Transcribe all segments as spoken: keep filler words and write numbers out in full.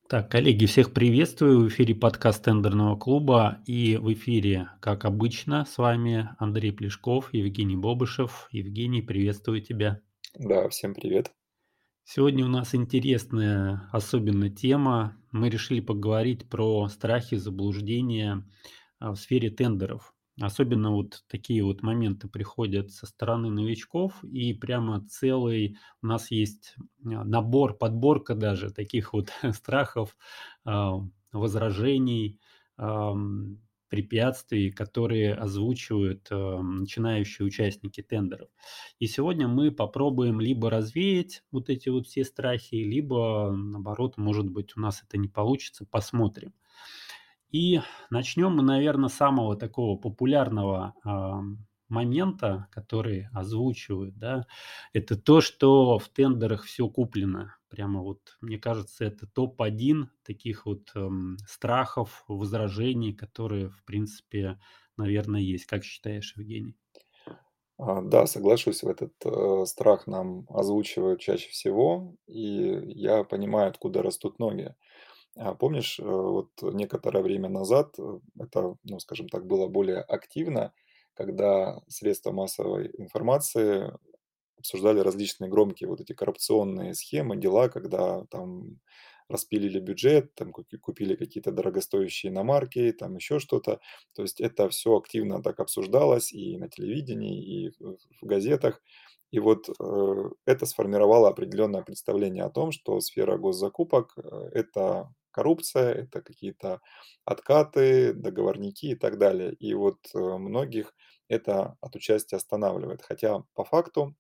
Так, коллеги, всех приветствую. В эфире подкаст тендерного клуба. И в эфире, как обычно, с вами Андрей Плешков, Евгений Бобышев. Евгений, приветствую тебя. Да, всем привет. Сегодня у нас интересная особенно тема. Мы решили поговорить про страхи, заблуждения а, в сфере тендеров. Особенно вот такие вот моменты приходят со стороны новичков, и прямо целый у нас есть а, набор, подборка даже таких вот страхов, а, возражений, ам, препятствий, которые озвучивают а, начинающие участники тендеров. И сегодня мы попробуем либо развеять вот эти вот все страхи, либо, наоборот, может быть, у нас это не получится, посмотрим. И начнем мы, наверное, с самого такого популярного, ам, момента, который озвучивают, да. Это то, что в тендерах все куплено. Прямо вот, мне кажется, это топ один таких вот, эм, страхов, возражений, которые, в принципе, наверное, есть. Как считаешь, Евгений? А, да, соглашусь, в этот, э, страх нам озвучивают чаще всего, и я понимаю, откуда растут ноги. А помнишь, э, вот некоторое время назад, э, это, ну, скажем так, было более активно, когда средства массовой информации обсуждали различные громкие вот эти коррупционные схемы, дела, когда там распилили бюджет, там купи- купили какие-то дорогостоящие иномарки, там еще что-то. То есть это все активно так обсуждалось и на телевидении, и в в газетах. И вот э, это сформировало определенное представление о том, что сфера госзакупок э, это коррупция, это какие-то откаты, договорники и так далее. И вот э, многих это от участия останавливает. Хотя по факту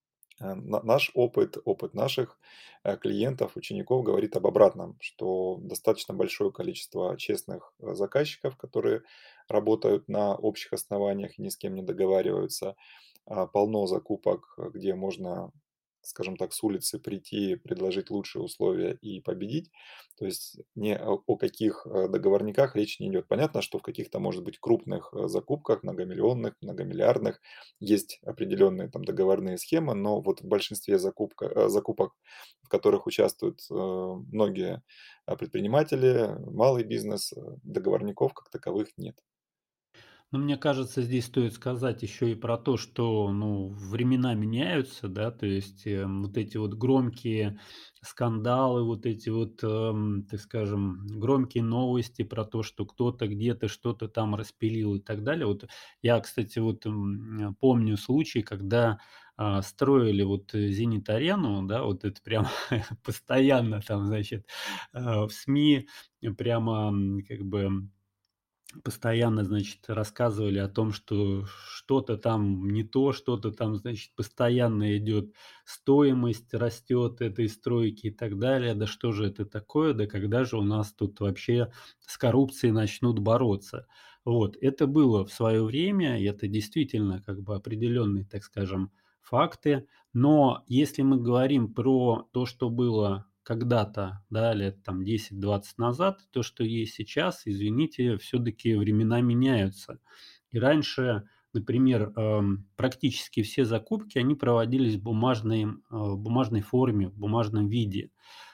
Э, на наш опыт, опыт наших, э, клиентов, учеников говорит об обратном, что достаточно большое количество честных, э, заказчиков, которые работают на общих основаниях и ни с кем не договариваются. А, полно закупок, э, где можно, скажем так, с улицы прийти, предложить лучшие условия и победить. То есть ни о о каких, э, договорниках речь не идет. Понятно, что в каких-то, может быть, крупных, э, закупках, многомиллионных, многомиллиардных, есть определенные там договорные схемы, но вот в большинстве закупка, э, закупок, в которых участвуют э, многие э, предприниматели, малый бизнес, э, договорников как таковых нет. Ну, мне кажется, здесь стоит сказать еще и про то, что, ну, времена меняются, да, то есть, эм, вот эти вот громкие скандалы, вот эти вот, эм, так скажем, громкие новости про то, что кто-то где-то что-то там распилил и так далее. Вот я, кстати, вот, м, помню случай, когда, а, строили вот, э, «Зенит-арену», да, вот это прям постоянно там, значит, а, в СМИ прямо, м, как бы постоянно, значит, рассказывали о том, что что-то там не то, что-то там, значит, постоянно идет, стоимость растет этой стройки и так далее. Да что же это такое? Да когда же у нас тут вообще с коррупцией начнут бороться? Вот, это было в свое время, и это действительно как бы определенные, так скажем, факты. Но если мы говорим про то, что было когда-то, да, лет там десять-двадцать назад, то, что есть сейчас, извините, все-таки времена меняются. И раньше, например, эм, практически все закупки, они проводились в бумажной, э, в бумажной форме, в бумажном виде.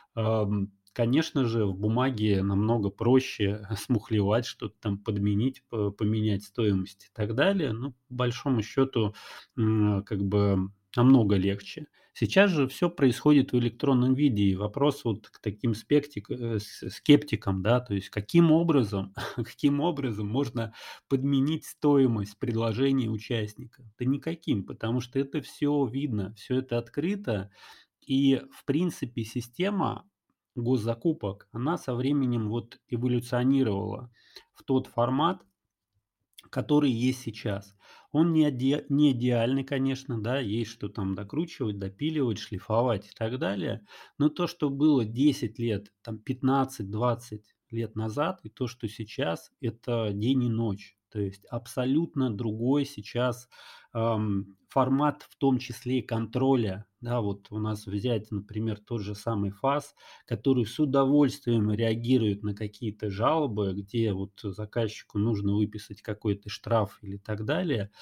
Ам, конечно же, в бумаге намного проще смухлевать, что-то там подменить, по поменять стоимость и так далее. Ну, по большому счету, м, как бы намного легче. Сейчас же все происходит в электронном виде, и вопрос вот к таким спектик э, с скептикам, да, то есть каким образом каким образом можно подменить стоимость предложения участника? Да никаким, потому что это все видно, все это открыто, и, в принципе, система госзакупок, она со временем вот эволюционировала в тот формат, который есть сейчас. Он не оде не идеальный, конечно, да, есть что там докручивать, допиливать, шлифовать и так далее. Но то, что было десять лет, там пятнадцать-двадцать лет назад, и то, что сейчас — это день и ночь. То есть абсолютно другой сейчас, ам, формат, в том числе и контроля. Да, вот у нас взять, например, тот же самый ФАС, который с удовольствием реагирует на какие-то жалобы, где вот заказчику нужно выписать какой-то штраф или так далее. То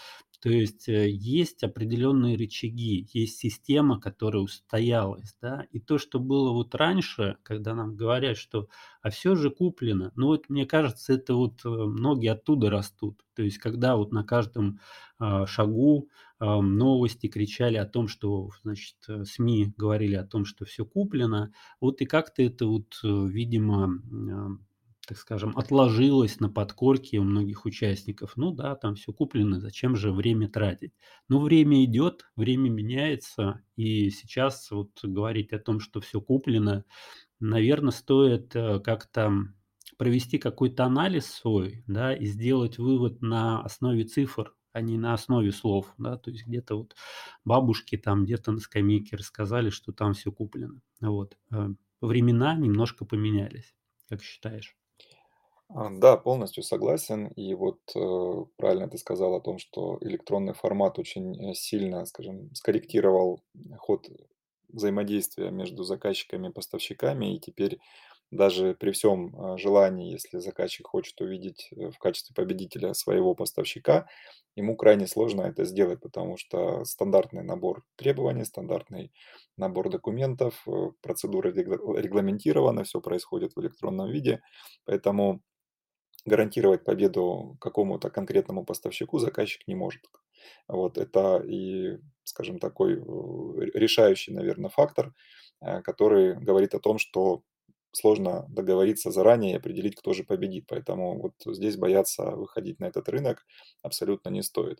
То есть, э, есть определенные рычаги, есть система, которая устоялась, да. И то, что было вот раньше, когда нам говорят, что: "А всё же куплено". Ну, вот мне кажется, это вот, э, ноги оттуда растут. То есть, когда вот на каждом, а, шагу, ам, новости кричали о том, что, значит, э, СМИ говорили о том, что всё куплено, вот и как-то это вот, э, видимо, м, так скажем, отложилось на подкорке у многих участников. Ну да, там всё куплено, зачем же время тратить? Но время идет, время меняется, и сейчас вот говорить о том, что всё куплено, наверно, стоит, э, как-то провести какой-то анализ свой, да, и сделать вывод на основе цифр, а не на основе слов, да. То есть где-то вот бабушки там где-то на скамейке рассказали, что там всё куплено. Вот. Э, времена немножко поменялись. Как считаешь? А, да, полностью согласен. И вот, э, правильно ты сказал о том, что электронный формат очень, э, сильно, скажем, скорректировал ход взаимодействия между заказчиками и поставщиками. И теперь даже при всем, а, желании, если заказчик хочет увидеть, э, в качестве победителя своего поставщика, ему крайне сложно это сделать, потому что стандартный набор требований, стандартный набор документов, э, процедура регла регламентирована, всё происходит в электронном виде. Поэтому гарантировать победу какому-то конкретному поставщику заказчик не может. Вот это и, скажем, такой, э, ре решающий, наверно, фактор, э, который говорит о том, что сложно договориться заранее и определить, кто же победит. Поэтому вот здесь бояться выходить на этот рынок абсолютно не стоит.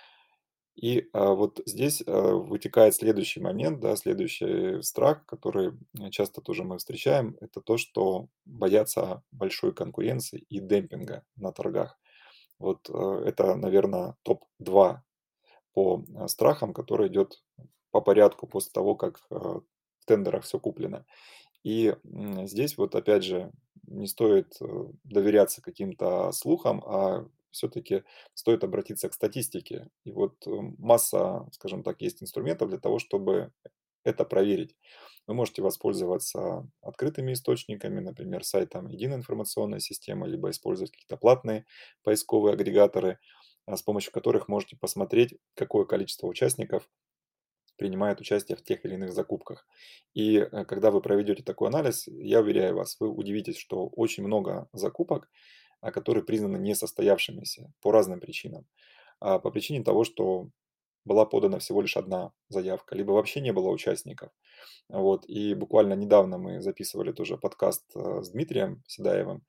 И, а, вот здесь, а, вытекает следующий момент, да, следующий страх, который, м, часто тоже мы встречаем. Это то, что боятся большой конкуренции и демпинга на торгах. Вот, э, это, наверно, топ два по, а, страхам, который идет по порядку после того, как, э, в тендерах всё куплено. И, м, здесь вот опять же не стоит, э, доверяться каким-то слухам, а всё-таки стоит обратиться к статистике. И вот, э, масса, скажем так, есть инструментов для того, чтобы это проверить. Вы можете воспользоваться открытыми источниками, например, сайтом единой информационной системы, либо использовать какие-то платные поисковые агрегаторы, а, с помощью которых можете посмотреть, какое количество участников принимает участие в тех или иных закупках. И, э, когда вы проведете такой анализ, я уверяю вас, вы удивитесь, что очень много закупок, а, которые признаны несостоявшимися по разным причинам. А, по причине того, что была подана всего лишь одна заявка, либо вообще не было участников. Вот. И буквально недавно мы записывали тоже подкаст, а, с Дмитрием Седаевым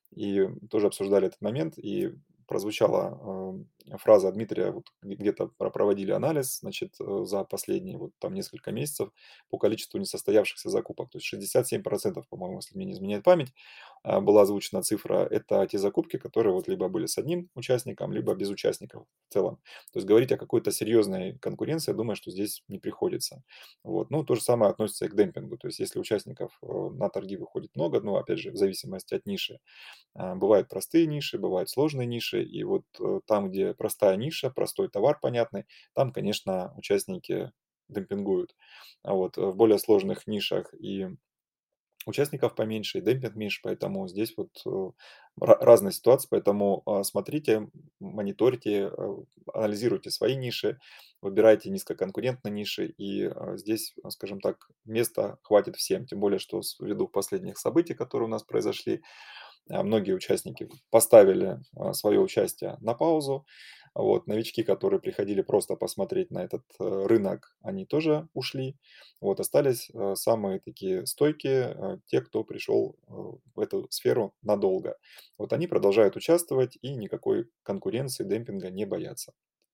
и тоже обсуждали этот момент. И прозвучала, а, фраза Дмитрия, вот г где-то про проводили анализ, значит, э, за последние вот там несколько месяцев по количеству несостоявшихся закупок. То есть шестьдесят семь процентов, по-моему, если мне не изменяет память, а, была озвучена цифра. Это те закупки, которые вот либо были с одним участником, либо без участников в целом. То есть говорить о какой-то серьезной конкуренции, я думаю, что здесь не приходится. Вот. Ну, то же самое относится и к демпингу. То есть если участников, э, на торги выходит много, ну, опять же, в зависимости от ниши, а, бывают простые ниши, бывают сложные ниши. И вот, э, там, где простая ниша, простой товар понятный, там, конечно, участники демпингуют. А вот в более сложных нишах и участников поменьше, и демпинг меньше, поэтому здесь вот, э, ра разные ситуации. Поэтому, а, смотрите, м мониторьте, э, анализируйте свои ниши, выбирайте низкоконкурентные ниши. И, а, здесь, а, скажем так, места хватит всем. Тем более, что с ввиду последних событий, которые у нас произошли, а, многие участники поставили, а, свое участие на паузу. Вот. Новички, которые приходили просто посмотреть на этот, э, рынок, они тоже ушли. Вот. Остались, э, самые такие стойкие, э, те, кто пришел, э, в эту сферу надолго. Вот они продолжают участвовать и никакой конкуренции, демпинга не боятся.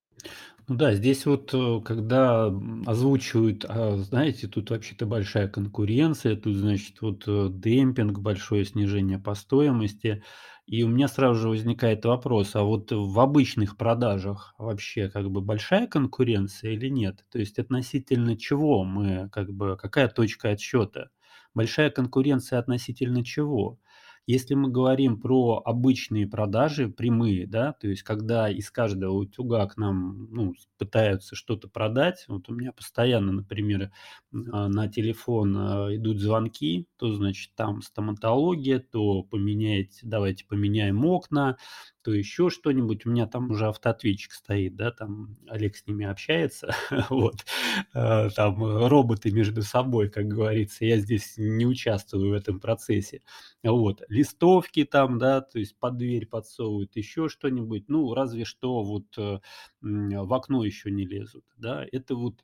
Ну да, здесь вот, э, когда, м, озвучивают, а, знаете, тут вообще-то большая конкуренция, тут, значит, вот, э, демпинг, большое снижение по стоимости. И у меня сразу же возникает вопрос: а вот в обычных продажах вообще как бы большая конкуренция или нет? То есть относительно чего мы как бы, какая точка отсчета? Большая конкуренция относительно чего? Если мы говорим про обычные продажи, прямые, да, то есть когда из каждого утюга к нам, ну, с пытаются что-то продать. Вот у меня постоянно, например, м, а, на телефон, а, идут звонки, то, значит, там стоматология, то поменяйте давайте поменяем окна, то еще что-нибудь. У меня там уже автоответчик стоит, да, там Олег с ними общается, вот, э, там э, роботы между собой, как говорится. Я здесь не участвую в этом процессе. Вот. Листовки там, да, то есть под дверь подсовывают, еще что-нибудь. Ну, разве что вот, э, м, в окно еще не лезут, да. Это вот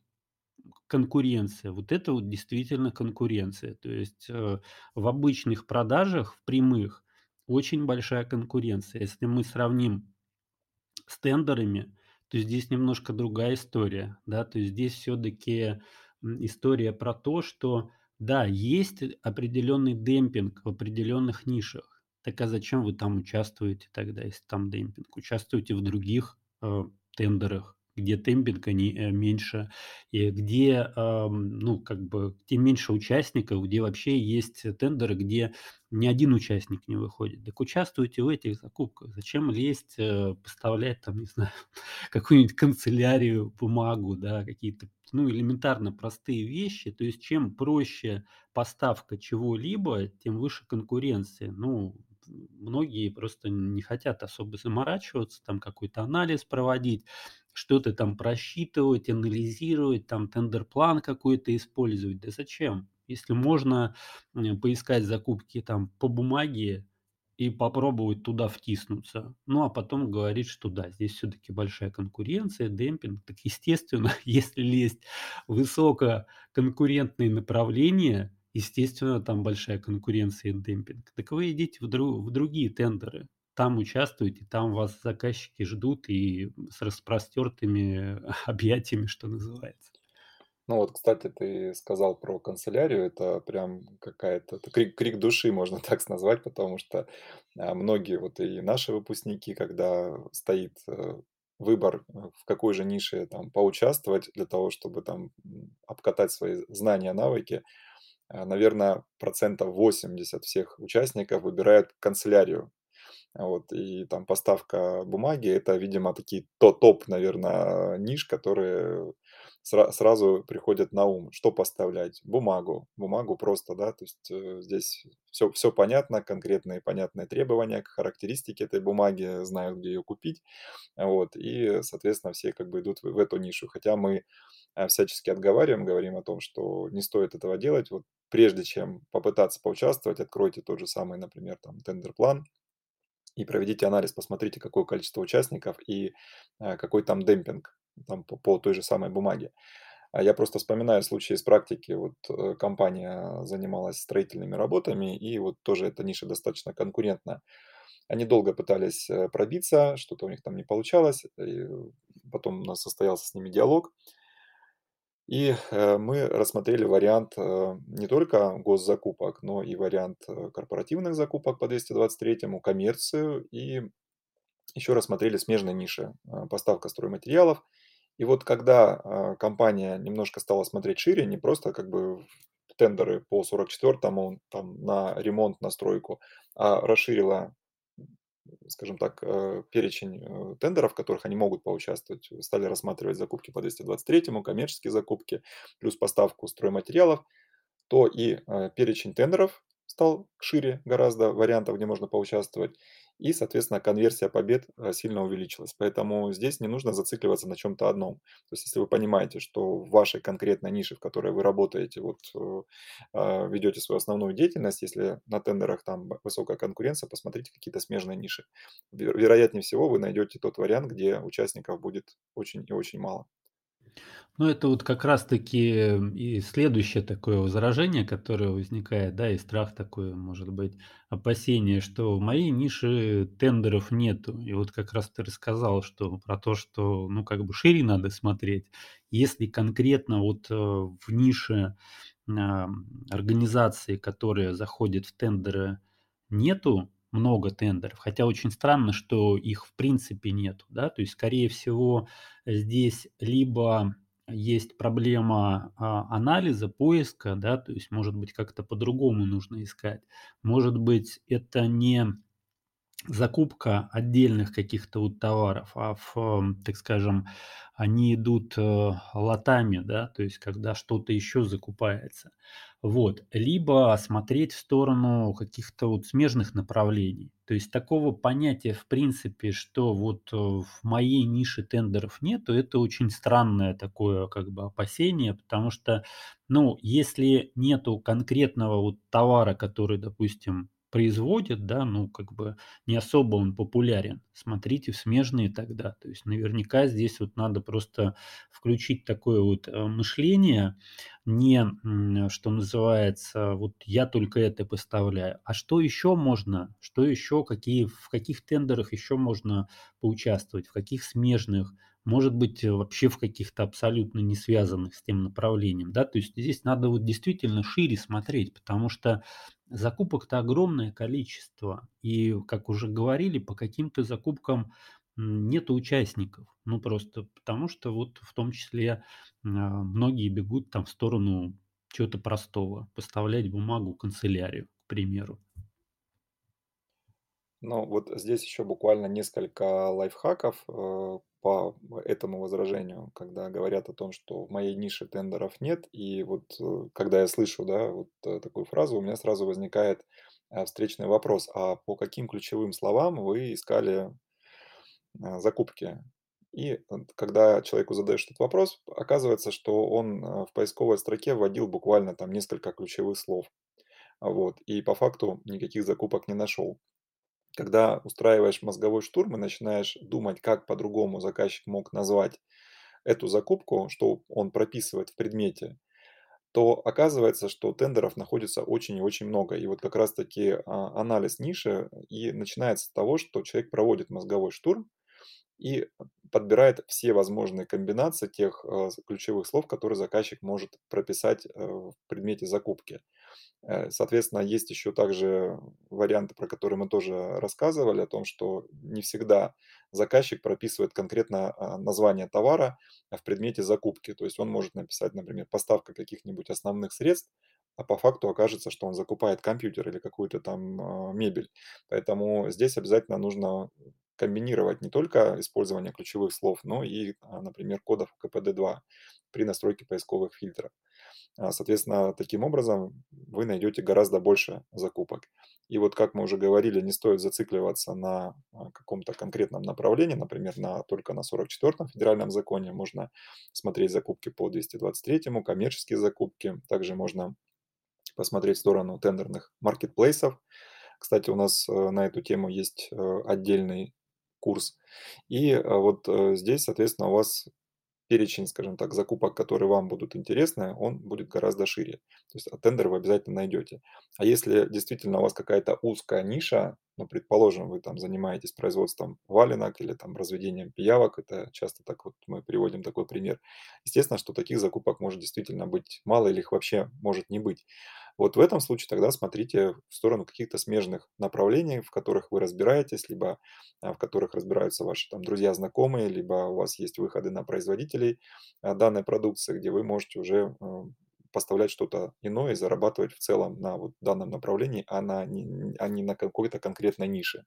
конкуренция. Вот это вот действительно конкуренция. То есть, э, в обычных продажах, в прямых, очень большая конкуренция. Если мы сравним с тендерами, то здесь немножко другая история, да. То есть здесь все-таки история про то, что да, есть определенный демпинг в определенных нишах. Так а зачем вы там участвуете тогда, если там демпинг? Участвуйте в других э, тендерах, где демпинга не, э, меньше, и где, ам, ну, как бы, где меньше участников, где вообще есть тендеры, где ни один участник не выходит. Так участвуйте в этих закупках. Зачем лезть, э, поставлять там, не знаю, какую-нибудь канцелярию, бумагу, да, какие-то, ну, элементарно простые вещи. То есть чем проще поставка чего-либо, тем выше конкуренция. Ну, многие просто не хотят особо заморачиваться, там какой-то анализ проводить, что-то там просчитывать, анализировать, там тендер-план какой-то использовать. Да зачем? Если можно м, поискать закупки там по бумаге и попробовать туда втиснуться. Ну, а потом говорить, что да, здесь все-таки большая конкуренция, демпинг. Так естественно, если лезть в высококонкурентные направления, естественно, там большая конкуренция и демпинг. Так вы идите в, дру- в другие тендеры. Там участвуйте, там вас заказчики ждут и с распростертыми объятиями, что называется. Ну вот, кстати, ты сказал про канцелярию. Это прям какая-то это крик крик души, можно так с назвать, потому что, а, многие вот и наши выпускники, когда стоит, э, выбор, э, в какой же нише там поучаствовать для того, чтобы там, м, обкатать свои знания, навыки, наверное, процентов восемьдесят всех участников выбирают канцелярию. Вот, и там поставка бумаги — это, видимо, такие то топ, наверное, ниш, которые сра сразу приходят на ум. Что поставлять? Бумагу. Бумагу просто, да, то есть, э, здесь все все понятно, конкретные понятные требования к характеристике этой бумаги, знают, где ее купить. Вот, и, соответственно, все как бы идут в в эту нишу. Хотя мы, а, всячески отговариваем, говорим о том, что не стоит этого делать. Вот прежде чем попытаться поучаствовать, откройте тот же самый, например, там тендер-план, и проведите анализ, посмотрите, какое количество участников и, э, какой там демпинг там по по той же самой бумаге. А я просто вспоминаю случай из практики. Вот, э, компания занималась строительными работами, и вот тоже эта ниша достаточно конкурентная. Они долго пытались, э, пробиться, что-то у них там не получалось, и потом у нас состоялся с ними диалог. И, э, мы рассмотрели вариант, э, не только госзакупок, но и вариант, э, корпоративных закупок по двести двадцать третьему, коммерцию и еще рассмотрели смежные ниши, а, поставка стройматериалов. И вот когда, а, компания немножко стала смотреть шире, не просто как бы в тендеры по сорок четвёртому там на ремонт, на стройку, а расширила, м, скажем так, э, перечень, э, тендеров, в которых они могут поучаствовать. Стали рассматривать закупки по двести двадцать третьему, коммерческие закупки, плюс поставку стройматериалов, то и, э, перечень тендеров стал шире гораздо, вариантов, где можно поучаствовать, и, соответственно, конверсия побед, э, сильно увеличилась. Поэтому здесь не нужно зацикливаться на чем то одном. То есть если вы понимаете, что в вашей конкретной нише, в которой вы работаете, вот, э, а, ведете свою основную деятельность, если на тендерах там б высокая конкуренция, посмотрите какие-то смежные ниши. Ве вероятнее всего, вы найдете тот вариант, где участников будет очень и очень мало. Ну, это вот как раз-таки, м, и следующее такое возражение, которое возникает, да, и страх такой, может быть, опасение, что в моей нише тендеров нету. И вот как раз ты рассказал, что про то, что, ну, как бы шире надо смотреть. Если конкретно вот, э, в нише, ам, организации, которые заходят в тендеры, нету много тендеров, хотя очень странно, что их в принципе нету, да. То есть, скорее всего, здесь либо есть проблема, а, анализа, поиска, да, то есть, может быть, как-то по-другому нужно искать. Может быть, это не закупка отдельных каких-то вот товаров, а в, м, так скажем, они идут, э, лотами, да, то есть когда что-то еще закупается. Вот. Либо смотреть в сторону каких-то вот смежных направлений. То есть такого понятия, в принципе, что вот, э, в моей нише тендеров нету, это очень странное такое как бы опасение, потому что, ну, если нету конкретного вот товара, который, допустим, производят, да, ну, как бы не особо он популярен. Смотрите в смежные тогда. То есть наверняка здесь вот надо просто включить такое вот, э, мышление, не, м, что называется, вот я только это поставляю, а что еще можно, что еще, какие, в каких тендерах еще можно поучаствовать, в каких смежных, может быть, э, вообще в каких-то абсолютно не связанных с тем направлением, да. То есть здесь надо вот действительно шире смотреть, потому что закупок-то огромное количество. И, как уже говорили, по каким-то закупкам, м, нету участников. Ну, просто потому что вот в том числе, а, многие бегут там в сторону чего-то простого: поставлять бумагу, канцелярию, к примеру. Но вот здесь еще буквально несколько лайфхаков, э, по этому возражению, когда говорят о том, что в моей нише тендеров нет. И вот, э, когда я слышу, да, вот, э, такую фразу, у меня сразу возникает, э, встречный вопрос: а по каким ключевым словам вы искали, э, закупки? И вот когда человеку задаешь этот вопрос, оказывается, что он, э, в поисковой строке вводил буквально там несколько ключевых слов. А, вот, и по факту никаких закупок не нашел. Когда устраиваешь мозговой штурм и начинаешь думать, как по-другому заказчик мог назвать эту закупку, что он прописывает в предмете, то оказывается, что тендеров находится очень и очень много. И вот как раз-таки а, анализ ниши и начинается с того, что человек проводит мозговой штурм и подбирает все возможные комбинации тех а, ключевых слов, которые заказчик может прописать э, в предмете закупки. Э, соответственно, есть еще также варианты, про которые мы тоже рассказывали, о том, что не всегда заказчик прописывает конкретно, а, название товара, а, в предмете закупки. То есть он может написать, например, поставка каких-нибудь основных средств, а по факту окажется, что он закупает компьютер или какую-то там, а, мебель. Поэтому здесь обязательно нужно комбинировать не только использование ключевых слов, но и, а, например, кодов К П Д два при настройке поисковых фильтров. А, соответственно, таким образом вы найдете гораздо больше закупок. И вот, как мы уже говорили, не стоит зацикливаться на, а, каком-то конкретном направлении, например, на только на сорок четвёртом федеральном законе. Можно смотреть закупки по двести двадцать третьему, коммерческие закупки. Также можно посмотреть в сторону тендерных маркетплейсов. Кстати, у нас, э, на эту тему есть, э, отдельный курс. И, э, вот, э, здесь, соответственно, у вас перечень, скажем так, закупок, которые вам будут интересны, он будет гораздо шире. То есть, а, тендер вы обязательно найдете. А если действительно у вас какая-то узкая ниша, ну, предположим, вы там занимаетесь производством валенок или там разведением пиявок, это часто так вот мы приводим такой пример. Естественно, что таких закупок может действительно быть мало или их вообще может не быть. Вот в этом случае тогда смотрите в сторону каких-то смежных направлений, в которых вы разбираетесь, либо а, в которых разбираются ваши там друзья, знакомые, либо у вас есть выходы на производителей а, данной продукции, где вы можете уже э, поставлять что-то иное и зарабатывать в целом на вот данном направлении, а, на, не, а не на какой-то конкретной нише.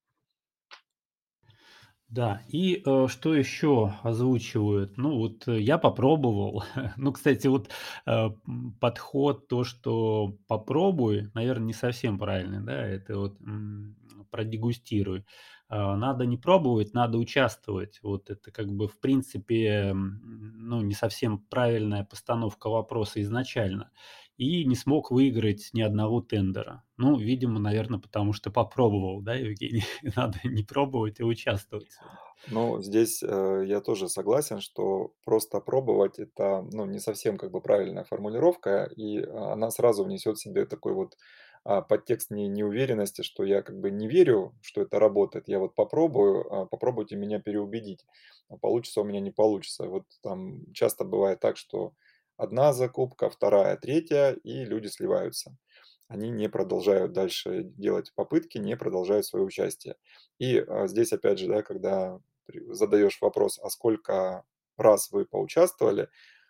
Да, и, э, что еще озвучивают? Ну, вот, э, я попробовал. Ну, кстати, вот, э, м, подход, то, что попробуй, наверное, не совсем правильный, да, это вот, м, продегустируй. А, надо не пробовать, надо участвовать. Вот это как бы, в принципе, м, ну, не совсем правильная постановка вопроса изначально. И не смог выиграть ни одного тендера. Ну, видимо, наверное, потому что попробовал, да, Евгений? Надо не пробовать, а участвовать. Но здесь, э, я тоже согласен, что просто пробовать — это, ну, не совсем как бы правильная формулировка, и, а, она сразу внесет в себе такой вот, а, подтекст не неуверенности, что я как бы не верю, что это работает. Я вот попробую, а попробуйте меня переубедить. А получится у меня, не получится. Вот там часто бывает так, что одна закупка, вторая, третья, и люди сливаются. Они не продолжают дальше делать попытки, не продолжают свое участие. И, а, здесь опять же, да, когда при задаешь вопрос: "А сколько раз вы поучаствовали?"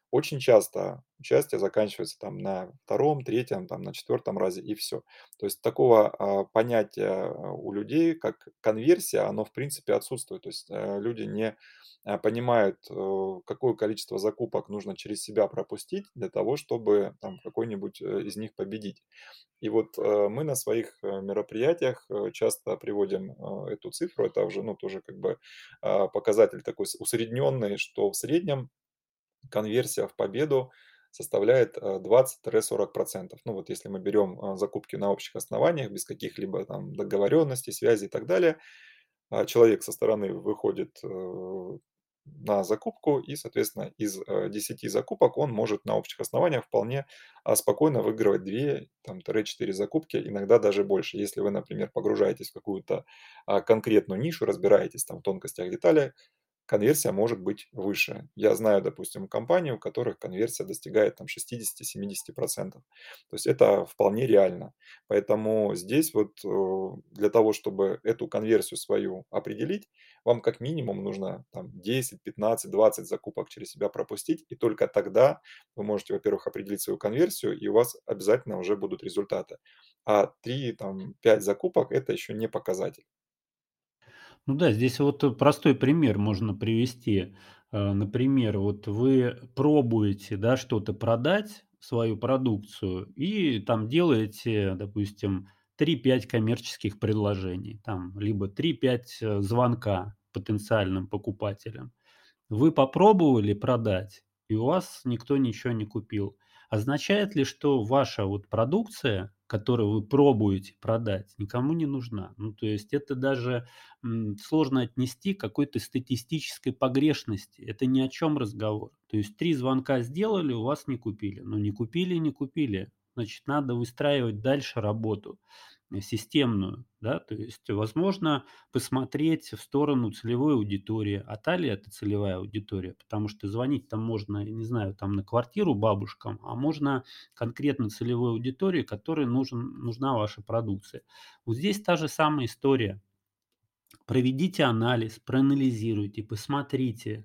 Очень часто участие заканчивается там на втором, третьем, там на четвертом разе и всё. То есть такого, а, понятия, а, у людей, как конверсия, оно в принципе отсутствует. То есть, э, люди не, а, понимают, э, какое количество закупок нужно через себя пропустить для того, чтобы там какой-нибудь, э, из них победить. И вот, э, мы на своих, э, мероприятиях, э, часто приводим, э, эту цифру. Это уже, ну, тоже как бы, а, показатель такой с усредненный, что в среднем конверсия в победу составляет, э, двадцать сорок процентов. Ну, вот если мы берем, а, закупки на общих основаниях, без каких-либо там договоренностей, связей и так далее. А, человек со стороны выходит, э, на закупку и, соответственно, из, э, десяти закупок он может на общих основаниях вполне, а, спокойно выигрывать две там тире четыре закупки, иногда даже больше. Если вы, например, погружаетесь в какую-то, а, конкретную нишу, разбираетесь там в тонкостях, деталях, конверсия может быть выше. Я знаю, допустим, компании, у которых конверсия достигает там шестидесяти семидесяти процентов. То есть это вполне реально. Поэтому здесь вот, э, для того, чтобы эту конверсию свою определить, вам как минимум нужно там десять, пятнадцать, двадцать закупок через себя пропустить. И только тогда вы можете, во-первых, определить свою конверсию, и у вас обязательно уже будут результаты. А три там, пять закупок- это еще не показатель. Ну да, здесь вот, э, простой пример можно привести. Э, например, вот вы пробуете, да, что-то продать, свою продукцию, и там делаете, допустим, три пять коммерческих предложений, там, либо три пять, э, звонка потенциальным покупателям. Вы попробовали продать, и у вас никто ничего не купил. Означает ли, что ваша вот продукция, которую вы пробуете продать, никому не нужна? Ну, то есть это даже, м, сложно отнести к какой-то статистической погрешности. Это ни о чем разговор. То есть три звонка сделали, у вас не купили. Ну, не купили, не купили. Значит, надо выстраивать дальше работу, э, системную, да. То есть, возможно, посмотреть в сторону целевой аудитории. А та ли это целевая аудитория? Потому что звонить там можно, я не знаю, там на квартиру бабушкам, а можно конкретно целевой аудитории, которой нужен нужна ваша продукция. Вот здесь та же самая история. Проведите анализ, проанализируйте, посмотрите,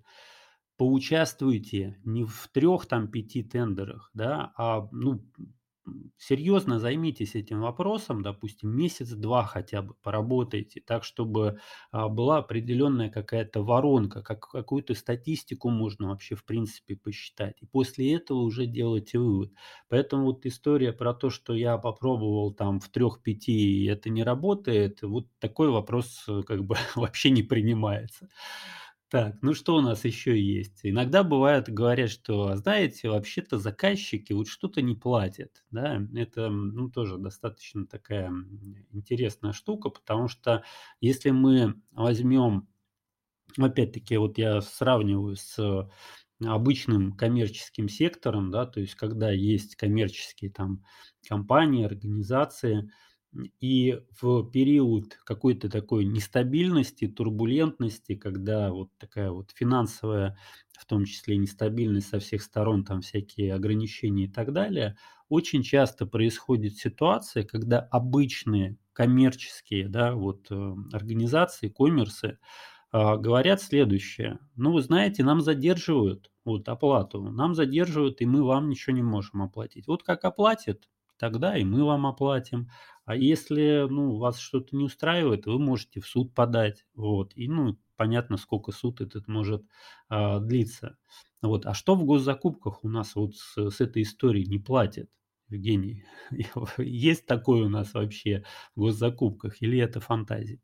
поучаствуйте не в трех там пяти тендерах, да, а, ну, м, серьезно займитесь этим вопросом, допустим, месяц-два хотя бы поработайте так, чтобы, а, была определенная какая-то воронка, как какую-то статистику можно вообще в принципе посчитать. И после этого уже делайте вывод. Поэтому вот история про то, что я попробовал там в трех пяти и это не работает, вот такой вопрос, э, как бы вообще не принимается. Так, ну что у нас еще есть? Иногда бывает, говорят, что, знаете, вообще-то заказчики вот что-то не платят, да. Это, м, ну, тоже достаточно такая, м, интересная штука, потому что если мы возьмем, опять-таки, вот я сравниваю с обычным коммерческим сектором, да, то есть когда есть коммерческие там компании, организации, м, и в период какой-то такой нестабильности, турбулентности, когда вот такая вот финансовая, в том числе нестабильность со всех сторон, там всякие ограничения и так далее, очень часто происходит ситуация, когда обычные коммерческие, да, вот, э, организации, коммерсы, а, говорят следующее: "Ну, вы знаете, нам задерживают вот оплату, нам задерживают, и мы вам ничего не можем оплатить. Вот как оплатят, тогда и мы вам оплатим. А если, ну, вас что-то не устраивает, вы можете в суд подать". Вот. И, ну, понятно, сколько суд этот может, а, длиться. Вот. А что в госзакупках у нас вот с с этой историей не платят, Евгений? Есть такое у нас вообще в госзакупках или это фантазия?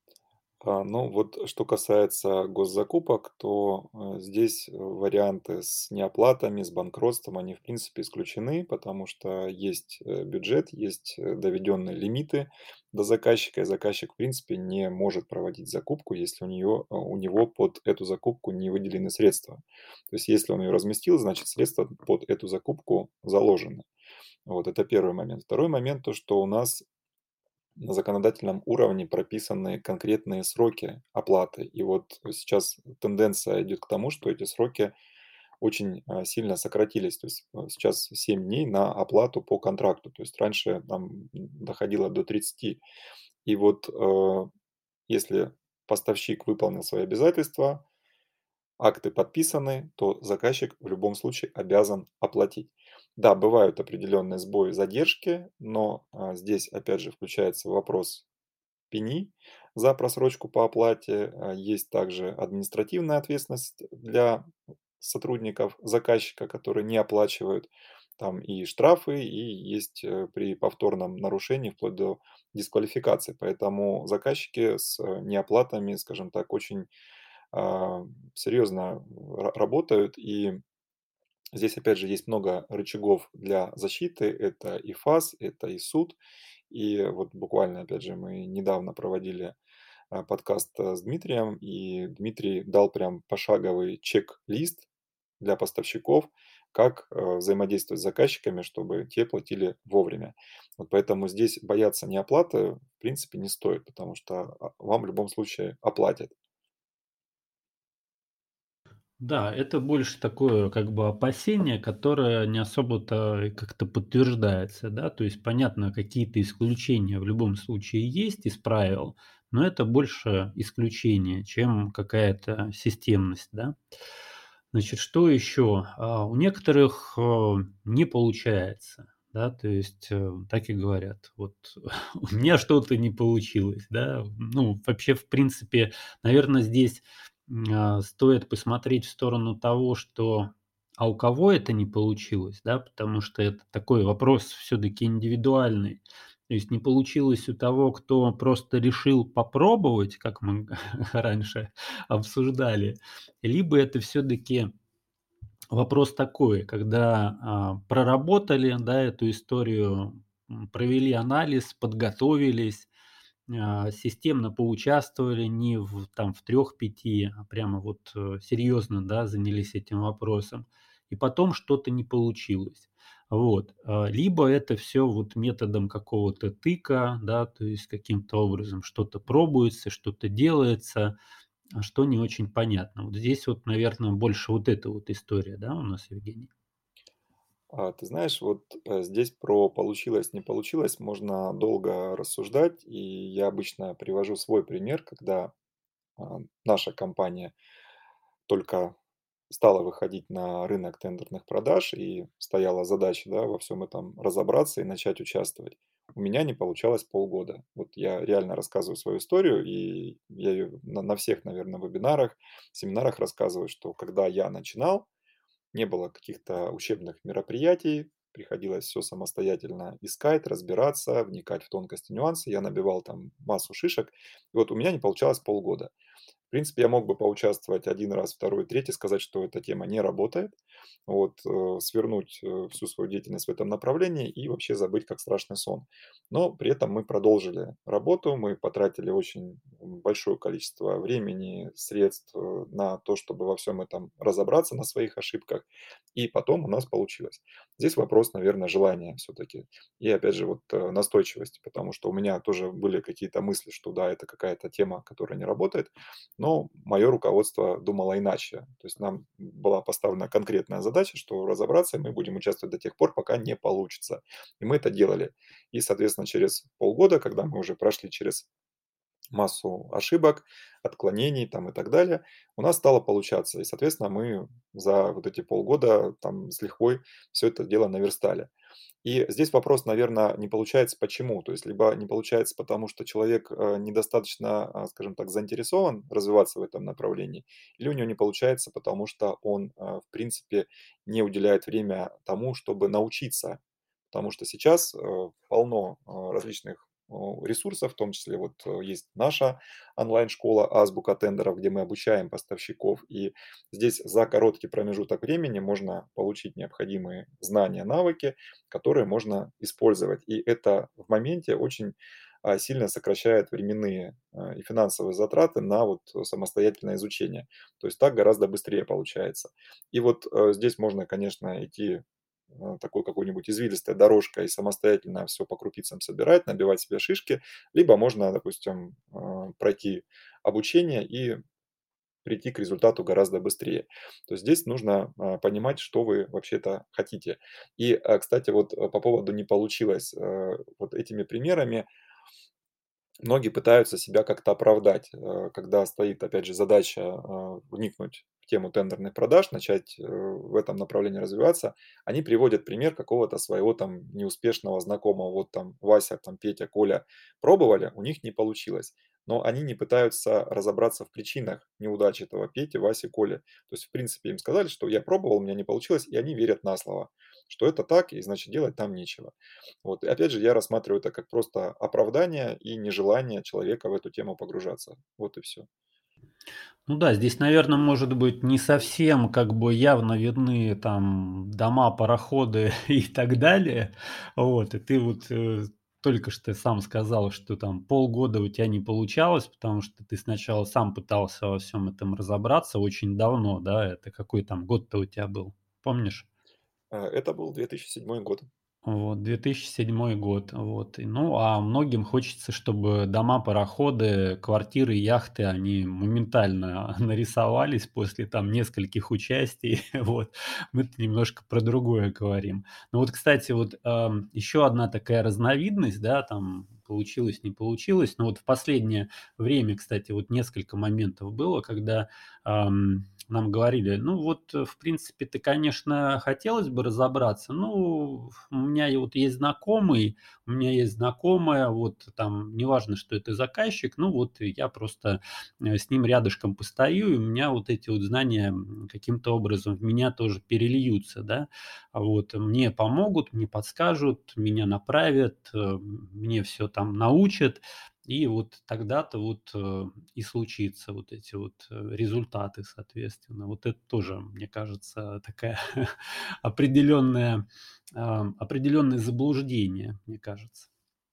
А, ну вот что касается госзакупок, то, э, здесь э, варианты с неоплатами, с банкротством, они в принципе исключены, потому что есть, э, бюджет, есть, э, доведенные лимиты до заказчика, и заказчик в принципе не может проводить закупку, если у нее а, у него под эту закупку не выделены средства. То есть если он ее разместил, значит средства под эту закупку заложены. Вот это первый момент. Второй момент, то что у нас на законодательном уровне прописаны конкретные сроки оплаты. И вот сейчас тенденция идет к тому, что эти сроки очень, а, сильно сократились. То есть, э, сейчас семь дней на оплату по контракту. То есть раньше там, м, доходило до тридцати. И вот, э, если поставщик выполнил свои обязательства акты подписаны, то заказчик в любом случае обязан оплатить. Да, бывают определенные сбои, задержки, но а, здесь опять же включается вопрос пени за просрочку по оплате. А, Есть также административная ответственность для сотрудников заказчика, которые не оплачивают. Там и штрафы, и есть э, при повторном нарушении вплоть до дисквалификации. Поэтому заказчики с э, неоплатами, скажем так, очень а, серьезно ра- работают. И здесь, опять же, есть много рычагов для защиты. Это и ФАС, это и суд. И вот буквально, опять же, мы недавно проводили а, подкаст а, с Дмитрием, и Дмитрий дал прям пошаговый чек-лист для поставщиков, как э, взаимодействовать с заказчиками, чтобы те платили вовремя. Вот поэтому здесь бояться неоплаты, в принципе, не стоит, потому что а, вам в любом случае оплатят. Да, это больше такое как бы опасение, которое не особо-то и как-то подтверждается, да. То есть понятно, какие-то исключения в любом случае есть из правил, но это больше исключение, чем какая-то системность, да. Значит, что еще? А, у некоторых, э, не получается, да, то есть, э, так и говорят: "Вот у меня что-то не получилось", да. Ну, вообще, в принципе, наверное, здесь М, а, стоит посмотреть в сторону того, что а у кого это не получилось, да, потому что это такой вопрос все-таки индивидуальный. То есть не получилось у того, кто просто решил попробовать, как мы раньше обсуждали, либо это все-таки вопрос такой, когда а, проработали, да, эту историю, м, провели анализ, подготовились, а, системно поучаствовали не в там в трех пяти, а прямо вот, э, серьезно, да, занялись этим вопросом, и потом что-то не получилось. Вот, а, либо это все вот методом какого-то тыка, да, то есть каким-то образом что-то пробуется, что-то делается, а что не очень понятно. Вот здесь вот, наверное, больше вот эта вот история, да, у нас, Евгений? А, ты знаешь, вот э, здесь про получилось, не получилось можно долго рассуждать, и я обычно привожу свой пример, когда а, наша компания только стала выходить на рынок тендерных продаж, и стояла задача, да, во всем этом разобраться и начать участвовать. У меня не получалось полгода. Вот я реально рассказываю свою историю, и я ее на, на всех, наверное, вебинарах, семинарах рассказываю, что когда я начинал, не было каких-то учебных мероприятий, приходилось все самостоятельно искать, разбираться, вникать в тонкости, нюансы. Я набивал там массу шишек. И вот у меня не получалось полгода. В принципе, я мог бы поучаствовать один раз, второй, третий, сказать, что эта тема не работает, вот, э, свернуть, э, всю свою деятельность в этом направлении и вообще забыть как страшный сон. Но при этом мы продолжили работу, мы потратили очень большое количество времени, средств, э, на то, чтобы во всем этом разобраться, на своих ошибках, и потом у нас получилось. Здесь вопрос, наверное, желания все-таки и, опять же, вот, э, настойчивости, потому что у меня тоже были какие-то мысли, что да, это какая-то тема, которая не работает, но мое руководство думало иначе. То есть нам была поставлена конкретная задача, что разобраться, и мы будем участвовать до тех пор, пока не получится. И мы это делали. И, соответственно, через полгода, когда мы уже прошли через массу ошибок, отклонений там и так далее, у нас стало получаться. И, соответственно, мы за вот эти полгода там с лихвой все это дело наверстали. И здесь вопрос, наверное, не получается почему. То есть либо не получается, потому что человек э, недостаточно, а, скажем так, заинтересован развиваться в этом направлении, или у него не получается, потому что он, а, в принципе, не уделяет время тому, чтобы научиться. Потому что сейчас э, полно а, различных о, ресурсов, в том числе вот э, есть наша онлайн-школа «Азбука тендеров», где мы обучаем поставщиков. И здесь за короткий промежуток времени можно получить необходимые знания, навыки, которые можно использовать. И это в моменте очень а, сильно сокращает временные а, и финансовые затраты на вот самостоятельное изучение. То есть так гораздо быстрее получается. И вот э, здесь можно, конечно, идти э, такой какой-нибудь извилистой дорожкой и самостоятельно все по крупицам собирать, набивать себе шишки, либо можно, допустим, а, пройти обучение и прийти к результату гораздо быстрее. То есть здесь нужно а, понимать, что вы вообще-то хотите. И, а, кстати, вот э, по поводу не получилось, э, вот этими примерами многие пытаются себя как-то оправдать, э, когда стоит, опять же, задача а, вникнуть в тему тендерных продаж, начать, э, в этом направлении развиваться, они приводят пример какого-то своего там неуспешного знакомого. Вот там Вася, там Петя, Коля пробовали, у них не получилось. Но они не пытаются разобраться в причинах неудач этого Пети, Васи, Коли. То есть, в принципе, им сказали, что я пробовал, у меня не получилось, и они верят на слово, что это так, и значит делать там нечего. Вот. И опять же, я рассматриваю это как просто оправдание и нежелание человека в эту тему погружаться. Вот и все. Ну да, здесь, наверно, может быть, не совсем как бы явно видны там дома, пароходы и так далее. Вот, и ты вот, э, только что сам сказал, что там полгода у тебя не получалось, потому что ты сначала сам пытался во всем этом разобраться очень давно, да? Это какой там год-то у тебя был, помнишь? А, это был две тысячи седьмой год. Вот, две тысячи седьмой год. Вот. И, ну, а многим хочется, чтобы дома, пароходы, квартиры, яхты, они моментально нарисовались после там нескольких участий. Вот. Мы-то немножко про другое говорим. Ну вот, кстати, вот, ам, еще одна такая разновидность, да, там получилось, не получилось. Но вот в последнее время, кстати, вот несколько моментов было, когда, ам, нам говорили: "Ну вот, э, в принципе-то, конечно, хотелось бы разобраться. Ну, у меня и вот есть знакомый, у меня есть знакомая, вот там неважно, что это заказчик, ну вот я просто, э, с ним рядышком постою, и у меня вот эти вот знания, м, каким-то образом в меня тоже перельются, да. А вот мне помогут, мне подскажут, меня направят, э, мне все там научат. И вот тогда-то вот, э, и случится вот эти вот, э, результаты, соответственно. Вот это тоже, мне кажется, такая определенная, ам, определенное заблуждение, мне кажется.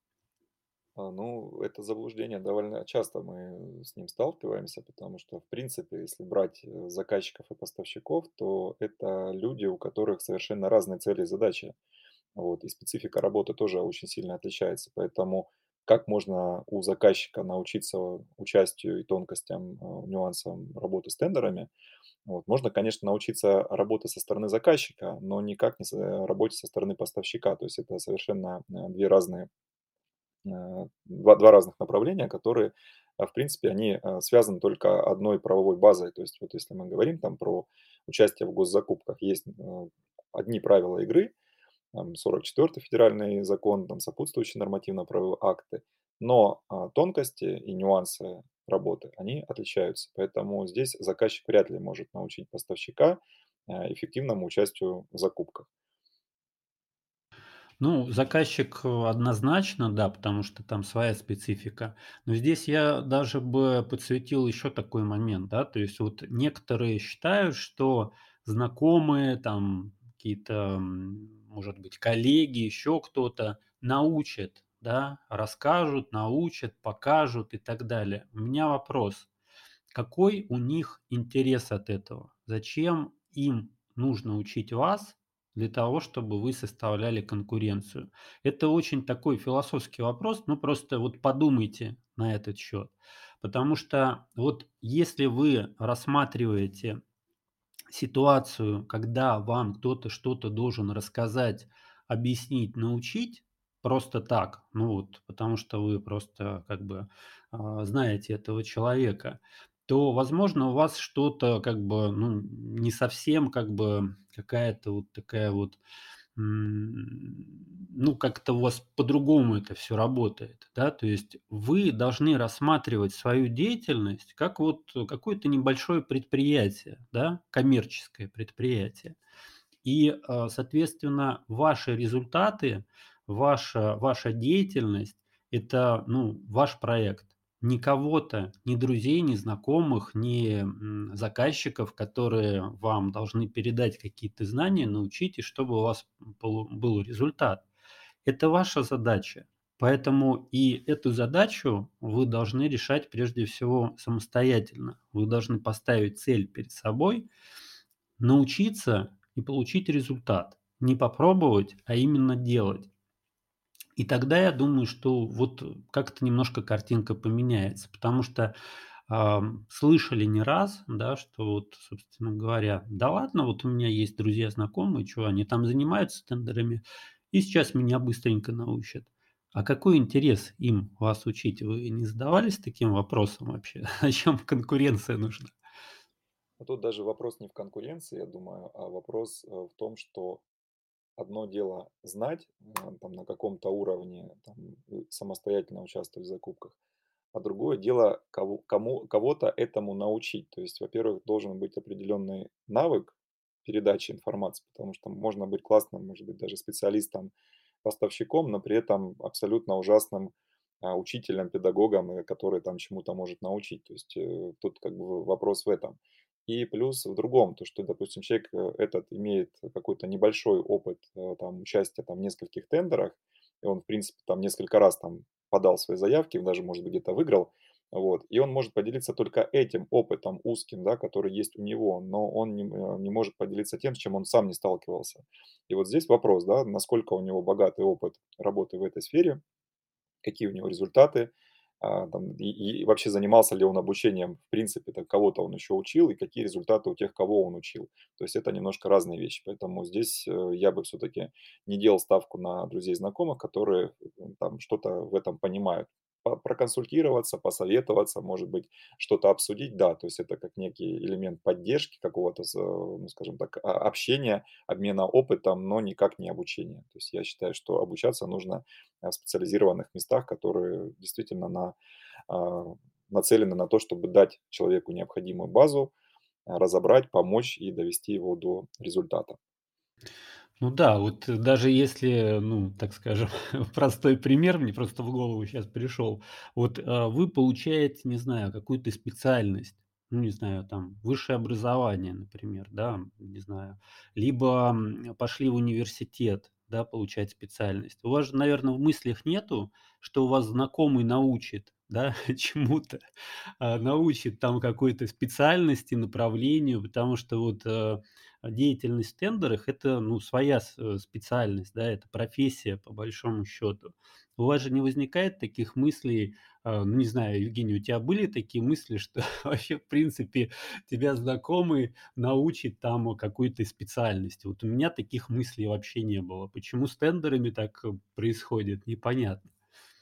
А, ну, это заблуждение довольно часто мы с ним сталкиваемся, потому что, в принципе, если брать э, заказчиков и поставщиков, то это люди, у которых совершенно разные цели и задачи. Вот, и специфика работы тоже очень сильно отличается. Поэтому как можно у заказчика научиться участию и тонкостям, а, нюансам работы с тендерами? Вот. Можно, конечно, научиться работать со стороны заказчика, но никак не с- э, работе со стороны поставщика. То есть это совершенно э, две разные э, два два разных направления, которые, а, в принципе, они, а, связаны только одной правовой базой. То есть вот если мы говорим там про участие в госзакупках, есть, э, одни правила игры, там сорок четвёртый федеральный закон, там сопутствующие нормативно-правовые акты, но, а, тонкости и нюансы работы, они отличаются. Поэтому здесь заказчик вряд ли может научить поставщика, а, эффективному участию в закупках. Ну, заказчик, э, однозначно, да, потому что там своя специфика. Но здесь я даже бы подсветил еще такой момент, да. То есть вот некоторые считают, что знакомые, там какие-то, м, может быть, коллеги, еще кто-то научат, да, расскажут, научат, покажут и так далее. У меня вопрос: какой у них интерес от этого? Зачем им нужно учить вас для того, чтобы вы составляли конкуренцию? Это очень такой философский вопрос, ну просто вот подумайте на этот счет. Потому что вот если вы рассматриваете ситуацию, когда вам кто-то что-то должен рассказать, объяснить, научить просто так, ну вот, потому что вы просто как бы а, знаете этого человека, то, возможно, у вас что-то как бы, ну, не совсем как бы какая-то вот такая вот М, ну, как-то у вас по-другому это все работает, да. То есть вы должны рассматривать свою деятельность как вот какое-то небольшое предприятие, да, коммерческое предприятие. И, а, соответственно, ваши результаты, ваша ваша деятельность — это, ну, ваш проект. Ни кого-то, ни друзей, ни знакомых, ни, м, заказчиков, которые вам должны передать какие-то знания, научить, и чтобы у вас полу был результат. Это ваша задача. Поэтому и эту задачу вы должны решать прежде всего самостоятельно. Вы должны поставить цель перед собой, научиться и получить результат. Не попробовать, а именно делать. И тогда я думаю, что вот как-то немножко картинка поменяется, потому что, ам, слышали не раз, да, что вот, собственно говоря: "Да ладно, вот у меня есть друзья, знакомые, чё, они там занимаются тендерами, и сейчас меня быстренько научат". А какой интерес им вас учить? Вы не задавались таким вопросом вообще? Зачем конкуренция нужна? Но тут даже вопрос не в конкуренции, я думаю, а вопрос, э, в том, что одно дело знать, э, там, на каком-то уровне, там, э, самостоятельно участвовать в закупках, а другое дело кого кому кого-то этому научить. То есть, во-первых, должен быть определенный навык передачи информации, потому что можно быть классным, может быть, даже специалистом, поставщиком, но при этом абсолютно ужасным, а, учителем, педагогом, э, который там чему-то может научить. То есть, э, тут как бы вопрос в этом. И плюс в другом, то, что, допустим, человек, э, этот имеет какой-то небольшой опыт, э, там, участия там в нескольких тендерах, и он, в принципе, там несколько раз там подал свои заявки, даже, может быть, где-то выиграл. Вот. И он может поделиться только этим опытом узким, да, который есть у него, но он не, м, не может поделиться тем, с чем он сам не сталкивался. И вот здесь вопрос, да, насколько у него богатый опыт работы в этой сфере, какие у него результаты, а, там, и, и вообще занимался ли он обучением, в принципе, так кого-то он еще учил, и какие результаты у тех, кого он учил. То есть это немножко разные вещи. Поэтому здесь э, я бы все-таки не делал ставку на друзей знакомых, которые э, там что-то в этом понимают. По- Проконсультироваться, посоветоваться, может быть, что-то обсудить, да, то есть это как некий элемент поддержки какого-то, с, э, ну, скажем так, а- общения, обмена опытом, но никак не обучения. То есть я считаю, что обучаться нужно а, в специализированных местах, которые действительно на, а, нацелены на то, чтобы дать человеку необходимую базу, а, разобрать, помочь и довести его до результата. Ну да, вот э, даже если, ну, так скажем, простой пример мне просто в голову сейчас пришел. Вот, а, вы получаете, не знаю, какую-то специальность, ну, не знаю, там, высшее образование, например, да, не знаю, либо, м, пошли в университет, да, получать специальность. У вас же, наверное, в мыслях нету, что у вас знакомый научит, да, чему-то, а, научит там какой-то специальности, направлению, потому что вот, э а деятельность в тендерах — это, ну, своя с э, специальность, да, это профессия по большому счету. У вас же не возникает таких мыслей, а, ну, не знаю, Евгений, у тебя были такие мысли, что вообще, в принципе, тебя знакомый научит там, э, какой-то специальности? Вот у меня таких мыслей вообще не было. Почему с тендерами так, э, происходит, непонятно.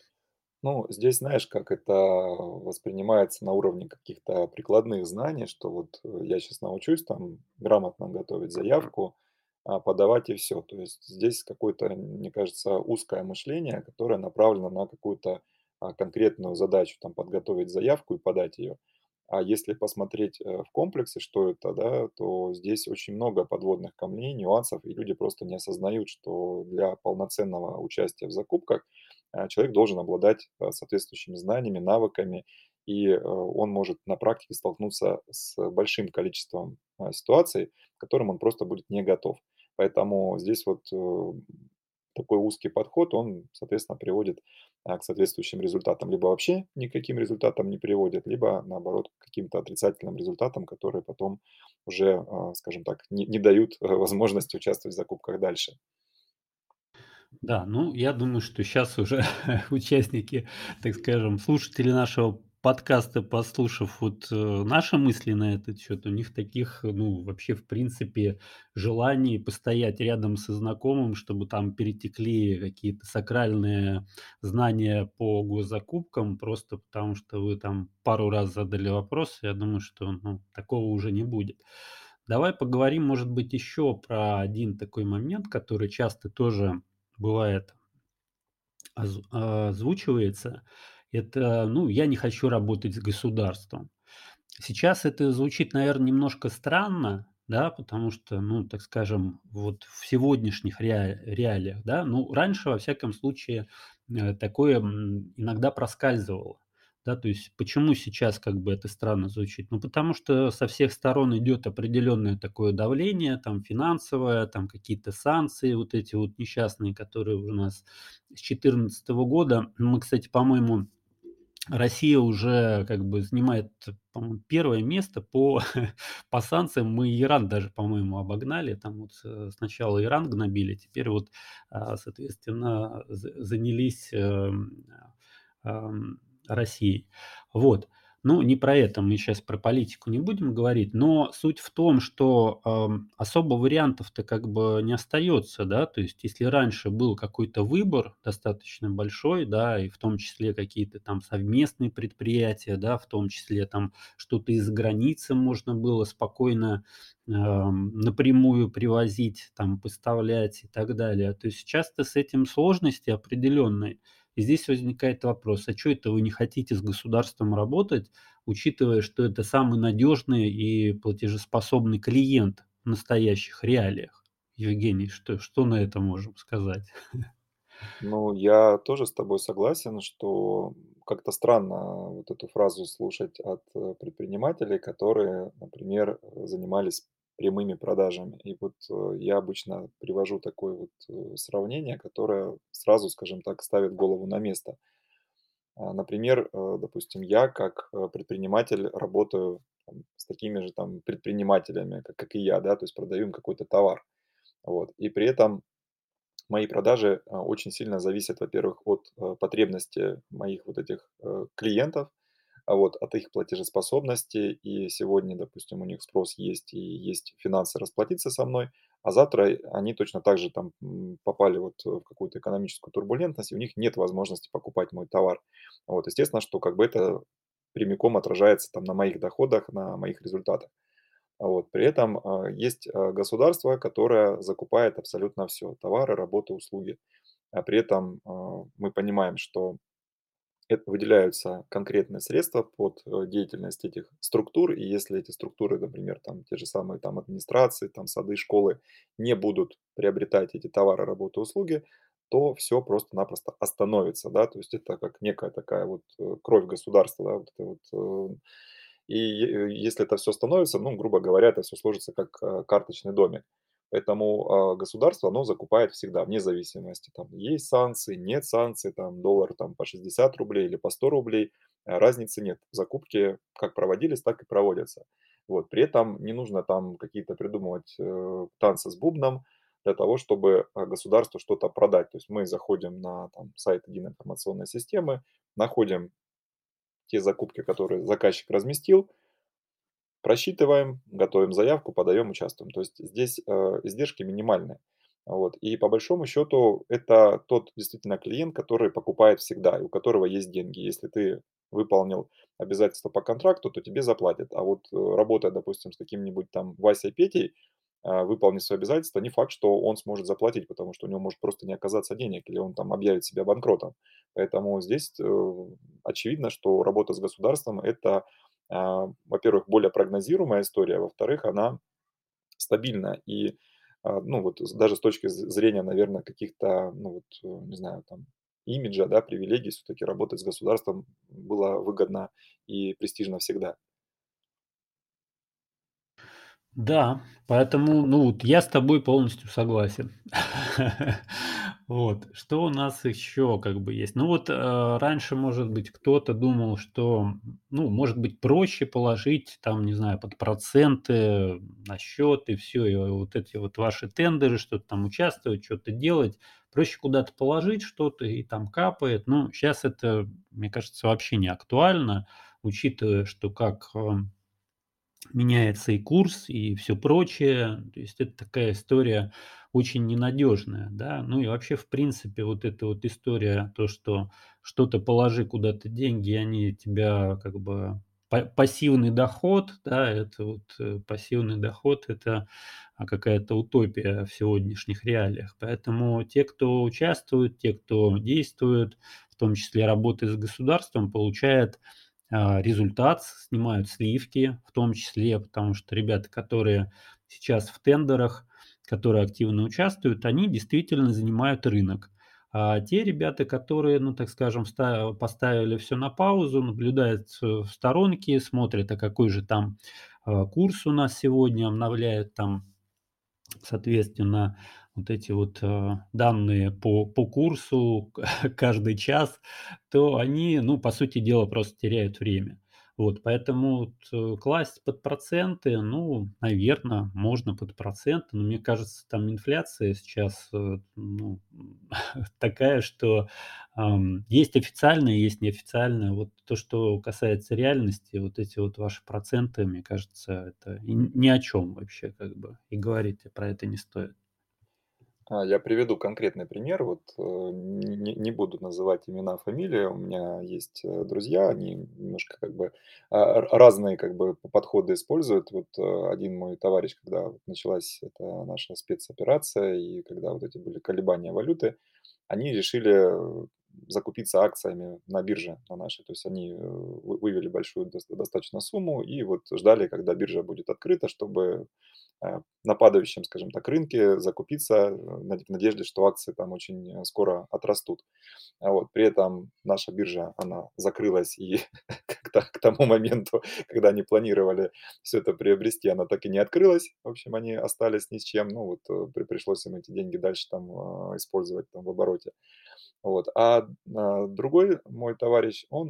Ну, здесь знаешь, как это воспринимается на уровне каких-то прикладных знаний, что вот э, я сейчас научусь там грамотно готовить заявку, а, подавать и все. То есть здесь какое-то, мне кажется, узкое мышление, которое направлено на какую-то а, конкретную задачу, там подготовить заявку и подать ее. А если посмотреть э, в комплексе, что это, да, то здесь очень много подводных камней, нюансов, и люди просто не осознают, что для полноценного участия в закупках а, человек должен обладать а, соответствующими знаниями, навыками, и э, он может на практике столкнуться с большим количеством а, ситуаций, к которым он просто будет не готов. Поэтому здесь вот э, такой узкий подход, он, соответственно, приводит а, к соответствующим результатам. Либо вообще никаким результатам не приводит, либо, наоборот, к каким-то отрицательным результатам, которые потом уже, а, скажем так, не, не дают э, возможности участвовать в закупках дальше. Да, ну, я думаю, что сейчас уже участники, так скажем, слушатели нашего подкаста, послушав вот, э, наши мысли на этот счет, у них таких, э, ну, вообще, в принципе, желаний постоять рядом со знакомым, чтобы там перетекли какие-то сакральные знания по госзакупкам, просто потому что вы там пару раз задали вопрос, я думаю, что, ну, такого уже не будет. Давай поговорим, может быть, еще про один такой момент, который часто тоже бывает оз озвучивается. Это, ну, я не хочу работать с государством. Сейчас это звучит, наверное, немножко странно, да, потому что, ну, так скажем, вот в сегодняшних реа реалиях, да, ну, раньше, во всяком случае, э, такое, м, иногда проскальзывало, да. То есть почему сейчас как бы это странно звучит? Ну, потому что со всех сторон идет определенное такое давление, там финансовое, там какие-то санкции вот эти вот несчастные, которые у нас с четырнадцатого года. Мы, кстати, по-моему, Россия уже как бы занимает, по-моему, первое место по по санкциям. Мы Иран даже, по-моему, обогнали. Там вот, э, сначала Иран гнобили, теперь вот, а, соответственно, за занялись, эм, ам, Россией. Вот. Ну, не про это, мы сейчас про политику не будем говорить, но суть в том, что, ам, особо вариантов-то как бы не остается, да. То есть если раньше был какой-то выбор достаточно большой, да, и в том числе какие-то там совместные предприятия, да, в том числе там что-то из-за границы можно было спокойно, ам, напрямую привозить, там поставлять и так далее, то сейчас-то с этим сложности определенные. И здесь возникает вопрос: а чё это вы не хотите с государством работать, учитывая, что это самый надежный и платежеспособный клиент в настоящих реалиях? Евгений, что что на это можем сказать? Ну, я тоже с тобой согласен, что как-то странно вот эту фразу слушать от, э, предпринимателей, которые, например, э, занимались прямыми продажами. И вот, э, я обычно привожу такое вот, э, сравнение, которое сразу, скажем так, ставит голову на место. А, например, э, допустим, я как, э, предприниматель работаю там с такими же там предпринимателями, как как и я, да, то есть продаю им какой-то товар. Вот. И при этом мои продажи, а, очень сильно зависят, во-первых, от, э, потребности моих вот этих, э, клиентов, а, вот, от их платежеспособности. И сегодня, допустим, у них спрос есть и есть финансы расплатиться со мной, а завтра и они точно так же там, м, попали вот в какую-то экономическую турбулентность, и у них нет возможности покупать мой товар. Вот, естественно, что как бы это прямиком отражается там на моих доходах, на моих результатах. А, вот, при этом, а, есть, а, государство, которое закупает абсолютно всё: товары, работы, услуги. А при этом, а, мы понимаем, что эт выделяются конкретные средства под, э, деятельность этих структур. И если эти структуры, например, там те же самые там администрации, там сады, школы не будут приобретать эти товары, работы, услуги, то всё просто-напросто остановится, да. То есть это как некая такая вот, э, кровь государства, да, вот это вот, э. И е если это всё остановится, ну, грубо говоря, это всё сложится как, а, карточный домик. Поэтому, а, государство, оно закупает всегда, вне зависимости, там есть санкции, нет санкций, там доллар там по шестьдесят рублей или по сто рублей, а, разницы нет. Закупки как проводились, так и проводятся. Вот. При этом не нужно там какие-то придумывать, э, танцы с бубном для того, чтобы, а, государству что-то продать. То есть мы заходим на там сайт единой информационной системы, находим те закупки, которые заказчик разместил просчитываем, готовим заявку, подаем, участвуем. То есть здесь, а, издержки минимальные. Вот. И по большому счету это тот действительно клиент, который покупает всегда и у которого есть деньги. Если ты выполнил обязательства по контракту, то тебе заплатят. А вот, э, работая, допустим, с каким-нибудь там Васей, Петей, а, выполнив свои обязательства, не факт, что он сможет заплатить, потому что у него может просто не оказаться денег или он там объявит себя банкротом. Поэтому здесь, э, очевидно, что работа с государством- это, а, во-первых, более прогнозируемая история, во-вторых, она стабильная. И, а, ну, вот с даже с точки з зрения, наверно, каких-то, ну вот, э, не знаю, там имиджа, да, привилегий, всё-таки работать с государством было выгодно и престижно всегда. Да, поэтому, ну, вот я с тобой полностью согласен. Вот. Что у нас еще как бы есть? Ну вот, э, раньше, может быть, кто-то думал, что, ну, может быть, проще положить там, не знаю, под проценты на счет и всё, и вот эти вот ваши тендеры, что-то там участвовать, чё-то делать. Проще куда-то положить что-то и там капает. Ну, щас это, мне кажется, вообще не актуально, учитывая, что как, ам, меняется и курс, и всё прочее. То есть это такая история очень ненадежная, да. Ну и вообще, в принципе, вот эта вот история, то, что что-то положи куда-то деньги, и они тебя как бы па пассивный доход, да, это вот, э, пассивный доход- это, а, какая-то утопия в сегодняшних реалиях. Поэтому те, кто участвует, те, кто действует, в том числе работая с государством, получают, а, результат, снимают сливки в том числе, потому что ребята, которые сейчас в тендерах, которые активно участвуют, они действительно занимают рынок. А те ребята, которые, ну, так скажем, ста поставили всё на паузу, наблюдают, э, в сторонке, смотрят, а какой же там, а, курс у нас сегодня, обновляют там, соответственно, вот эти вот, а, данные по по курсу к каждый час, то они, ну, по сути дела, просто теряют время. Вот, поэтому вот, э, класть под проценты, ну, наверно, можно под проценты, но мне кажется, там инфляция сейчас, э, ну, такая, что, ам, есть официальная, есть неофициальная. Вот то, что касается реальности, вот эти вот ваши проценты, мне кажется, это и ни о чём вообще как бы, и говорить про это не стоит. А, я приведу конкретный пример. Вот, э, не не буду называть имена, фамилии. У меня есть, э, друзья, они немножко как бы, а, р разные как бы п подходы используют. Вот, э, один мой товарищ, когда вот началась эта наша спецоперация и когда вот эти были колебания валюты, они решили, э, закупиться акциями на бирже, на нашей. То есть они, э, вы вывели большую дос достаточно сумму и вот ждали, когда биржа будет открыта, чтобы, э, на падающем, скажем так, рынке закупиться, э, в наде надежде, что акции там очень, э, скоро отрастут. А вот при этом наша биржа, она закрылась, и к та к тому моменту, когда они планировали всё это приобрести, она так и не открылась. В общем, они остались ни с чем. Ну вот, э, при пришлось им эти деньги дальше там, а, использовать там в обороте. Вот. А, а, другой мой товарищ, он,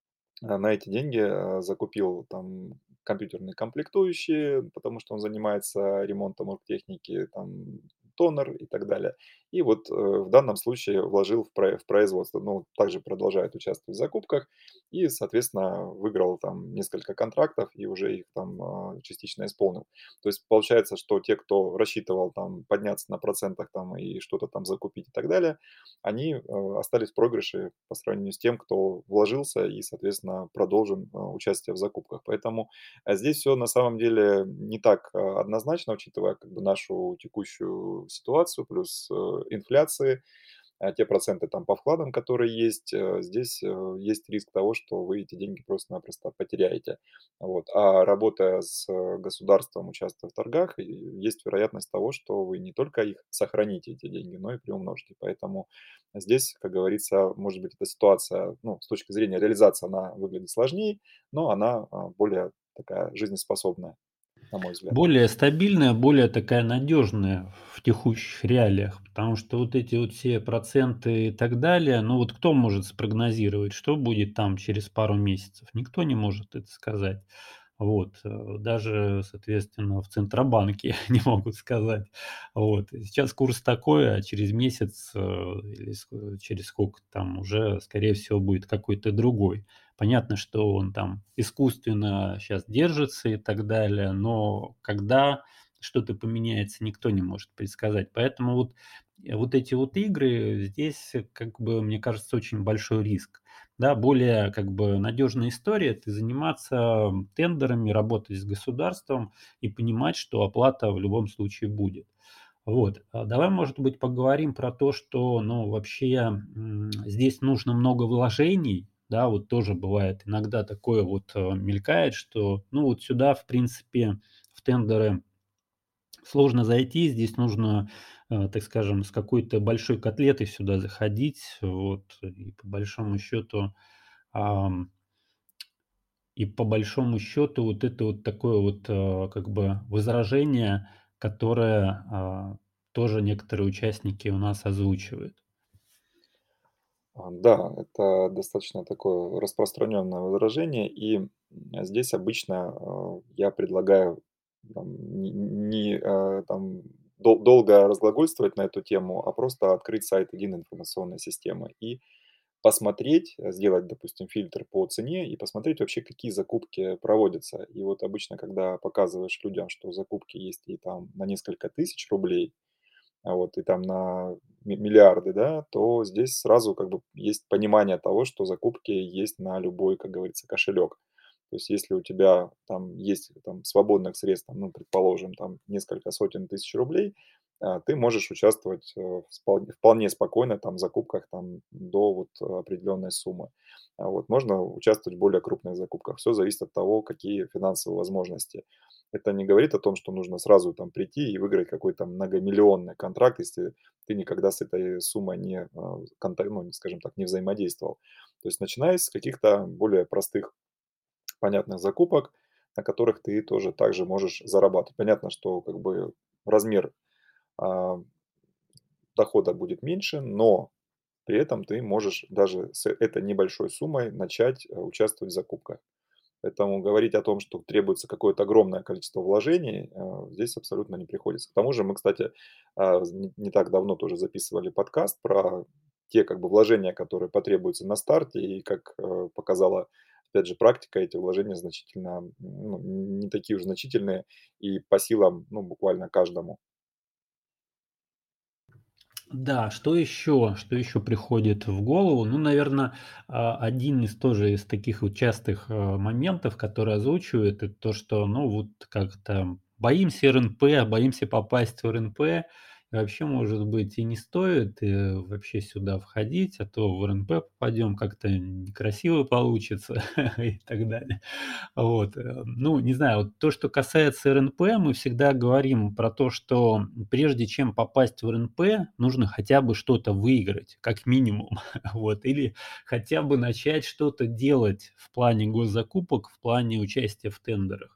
а, на эти деньги, а, закупил там компьютерные комплектующие, потому что он занимается ремонтом оргтехники, там тонер и так далее. И вот, э, в данном случае вложил в про в производство. Ну, также продолжает участвовать в закупках и, соответственно, выиграл там несколько контрактов и уже их там, а, частично исполнил. То есть получается, что те, кто рассчитывал там подняться на процентах там и что-то там закупить и так далее, они, э, остались в проигрыше по сравнению с тем, кто вложился и, соответственно, продолжил, а, участие в закупках. Поэтому, а, здесь всё на самом деле не так, а, однозначно, учитывая как бы нашу текущую ситуацию плюс, э, инфляции, а, те проценты там по вкладам, которые есть. Э, здесь, э, есть риск того, что вы эти деньги просто-напросто потеряете. Вот. А работая с, э, государством, участвуя в торгах, и есть вероятность того, что вы не только их сохраните, эти деньги, но и приумножите. Поэтому здесь, как говорится, может быть, эта ситуация, ну, с точки зрения реализации, она выглядит сложнее, но она, а, более такая жизнеспособная, на мой взгляд. Более стабильная, более такая надежная в текущих реалиях, потому что вот эти вот все проценты и так далее, ну вот кто может спрогнозировать, что будет там через пару месяцев? Никто не может это сказать. Вот, э, даже, соответственно, в Центробанке не могут сказать. Вот. Сейчас курс такой, а через месяц, э, или ск через сколько там уже, скорее всего, будет какой-то другой. Понятно, что он там искусственно щас держится и так далее, но когда что-то поменяется, никто не может предсказать. Поэтому вот, э, вот эти вот игры, здесь, как бы, мне кажется, очень большой риск. Да, более как бы надежная история- это заниматься тендерами, работать с государством и понимать, что оплата в любом случае будет. Вот. А давай, может быть, поговорим про то, что, ну, вообще, м, здесь нужно много вложений. Да, вот тоже бывает иногда такое вот, э, мелькает, что, ну, вот сюда, в принципе, в тендеры сложно зайти, здесь нужно, э, так скажем, с какой-то большой котлетой сюда заходить. Вот. И по большому счету, ам и по большому счету вот это вот такое вот, э, как бы возражение, которое, а, тоже некоторые участники у нас озвучивают. А, да, это достаточно такое распространенное возражение, и, м, здесь обычно, а, я предлагаю там не не, а, там дол долго разглагольствовать на эту тему, а просто открыть сайт единой информационной системы и посмотреть, э, сделать, допустим, фильтр по цене и посмотреть вообще, какие закупки проводятся. И вот обычно, когда показываешь людям, что закупки есть и там на несколько тысяч рублей, а, вот, и там на ми миллиарды, да, то здесь сразу как бы есть понимание того, что закупки есть на любой, как говорится, кошелек. То есть если у тебя там есть там свободных средств, там, ну, предположим, там несколько сотен тысяч рублей, а, ты можешь участвовать, э, в спал вполне спокойно там в закупках там до вот определенной суммы. А, вот. Можно участвовать в более крупных закупках. Всё зависит от того, какие финансовые возможности. Это не говорит о том, что нужно сразу там прийти и выиграть какой-то многомиллионный контракт, если ты никогда с этой суммой не, а, конта ну, скажем так, не взаимодействовал. То есть начинай с каких-то более простых, понятных закупок, на которых ты тоже также можешь зарабатывать. Понятно, что как бы размер, а, дохода будет меньше, но при этом ты можешь даже с этой небольшой суммой начать, э, участвовать в закупках. Поэтому говорить о том, что требуется какое-то огромное количество вложений, э, здесь абсолютно не приходится. К тому же мы, кстати, а, з не не так давно тоже записывали подкаст про те как бы вложения, которые потребуются на старте. И как, э, показала, опять же, практика, эти вложения значительно, ну, не такие уж значительные и по силам, ну, буквально каждому. Да, что еще что еще приходит в голову? Ну, наверно, а, один из тоже из таких вот частых, а, моментов, которые озвучивают, это то, что, ну, вот как-то боимся РНП, боимся попасть в РНП. И вообще, может быть, и не стоит, э, вообще сюда входить, а то в РНП попадем, как-то некрасиво получится и так далее. Вот, э, ну, не знаю, вот то, что касается РНП, мы всегда говорим про то, что прежде чем попасть в РНП, нужно хотя бы что-то выиграть, как минимум. Вот, или хотя бы начать что-то делать в плане госзакупок, в плане участия в тендерах.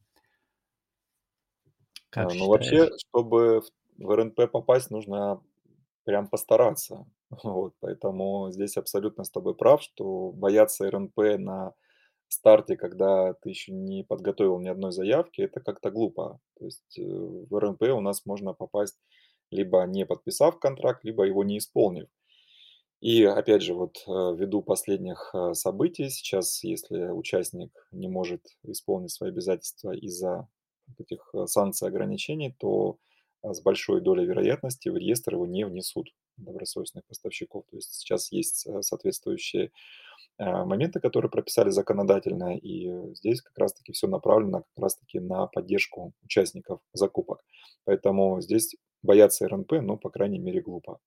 Как А, ну, вообще, считаешь? чтобы в в РНП попасть, нужно прям постараться. Вот, поэтому здесь абсолютно с тобой прав, что бояться РНП на старте, когда ты еще не подготовил ни одной заявки, это как-то глупо. То есть, э, в РНП у нас можно попасть, либо не подписав контракт, либо его не исполнив. И опять же, вот, э, ввиду последних, э, событий сейчас, если участник не может исполнить свои обязательства из-за вот этих, э, санкций, ограничений, то, а, с большой долей вероятности в реестр его не внесут, добросовестных поставщиков. То есть сейчас есть, э, соответствующие, а, моменты, которые прописали законодательно, и, э, здесь как раз таки всё направлено как раз таки на поддержку участников закупок. Поэтому здесь бояться РНП, ну, по крайней мере, глупо.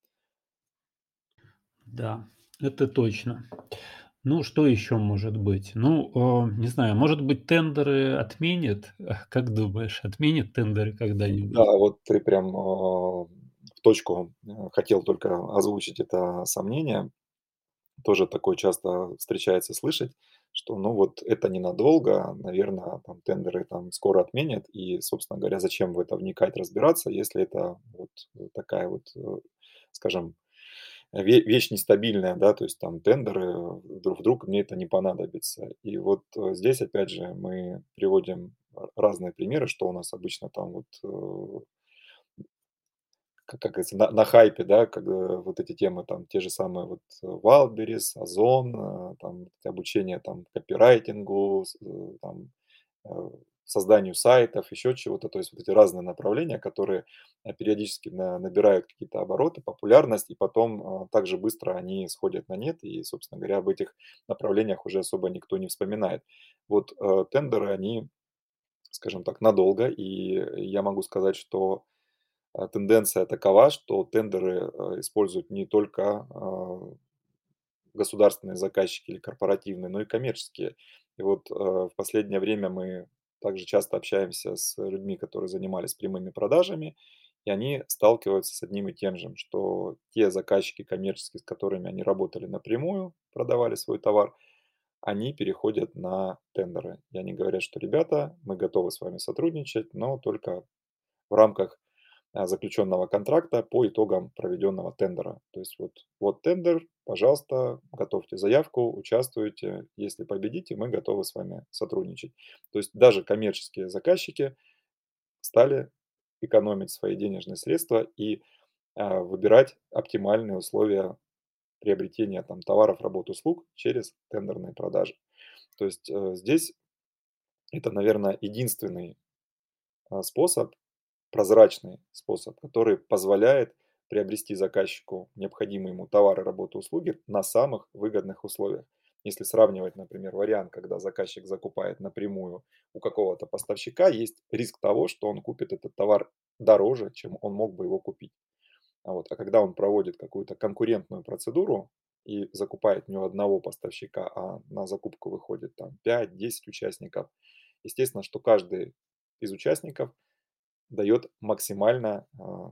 Да, это точно. Ну, что еще может быть? Ну, а, не знаю, может быть, тендеры отменят? Как думаешь, отменят тендеры Да, когда-нибудь? вот ты прям, а, в точку, э, хотел только озвучить это сомнение. Тоже такое часто встречается слышать, что, ну, вот это ненадолго, наверно, там тендеры там скоро отменят. И, собственно говоря, зачем в это вникать, разбираться, если это вот такая вот, э, скажем, ве вещь нестабильная, да, то есть там тендеры, вдруг вдруг мне это не понадобится. И вот, э, здесь опять же мы приводим р разные примеры, что у нас обычно там вот, э Как как говорится, на на хайпе, да, как, э, вот эти темы, там те же самые вот Wildberries, Озон, э, там обучение там копирайтингу, с э, там, э, созданию сайтов, еще чего-то. То есть вот эти разные направления, которые, э, периодически на набирают какие-то обороты, популярность, и потом, э, так же быстро они сходят на нет. И, собственно говоря, об этих направлениях уже особо никто не вспоминает. Вот, э, тендеры, они, скажем так, надолго. И я могу сказать, что, а, тенденция такова, что тендеры, э, используют не только, а, государственные заказчики или корпоративные, но и коммерческие. И вот, э, в последнее время мы также часто общаемся с людьми, которые занимались прямыми продажами, и они сталкиваются с одним и тем же, что те заказчики коммерческие, с которыми они работали напрямую, продавали свой товар, они переходят на тендеры. И они говорят, что: "Ребята, мы готовы с вами сотрудничать, но только в рамках, а, заключенного контракта по итогам проведенного тендера". То есть вот вот тендер, пожалуйста, готовьте заявку, участвуйте. Если победите, мы готовы с вами сотрудничать. То есть даже коммерческие заказчики стали экономить свои денежные средства и, а, выбирать оптимальные условия приобретения там товаров, работ, услуг через тендерные продажи. То есть, э, здесь это, наверно, единственный, а, способ, прозрачный способ, который позволяет приобрести заказчику необходимые ему товары, работы, услуги на самых выгодных условиях. Если сравнивать, например, вариант, когда заказчик закупает напрямую у какого-то поставщика, есть риск того, что он купит этот товар дороже, чем он мог бы его купить. А вот, а когда он проводит какую-то конкурентную процедуру и закупает не у одного поставщика, а на закупку выходит там пять десять участников, естественно, что каждый из участников дает максимально, а,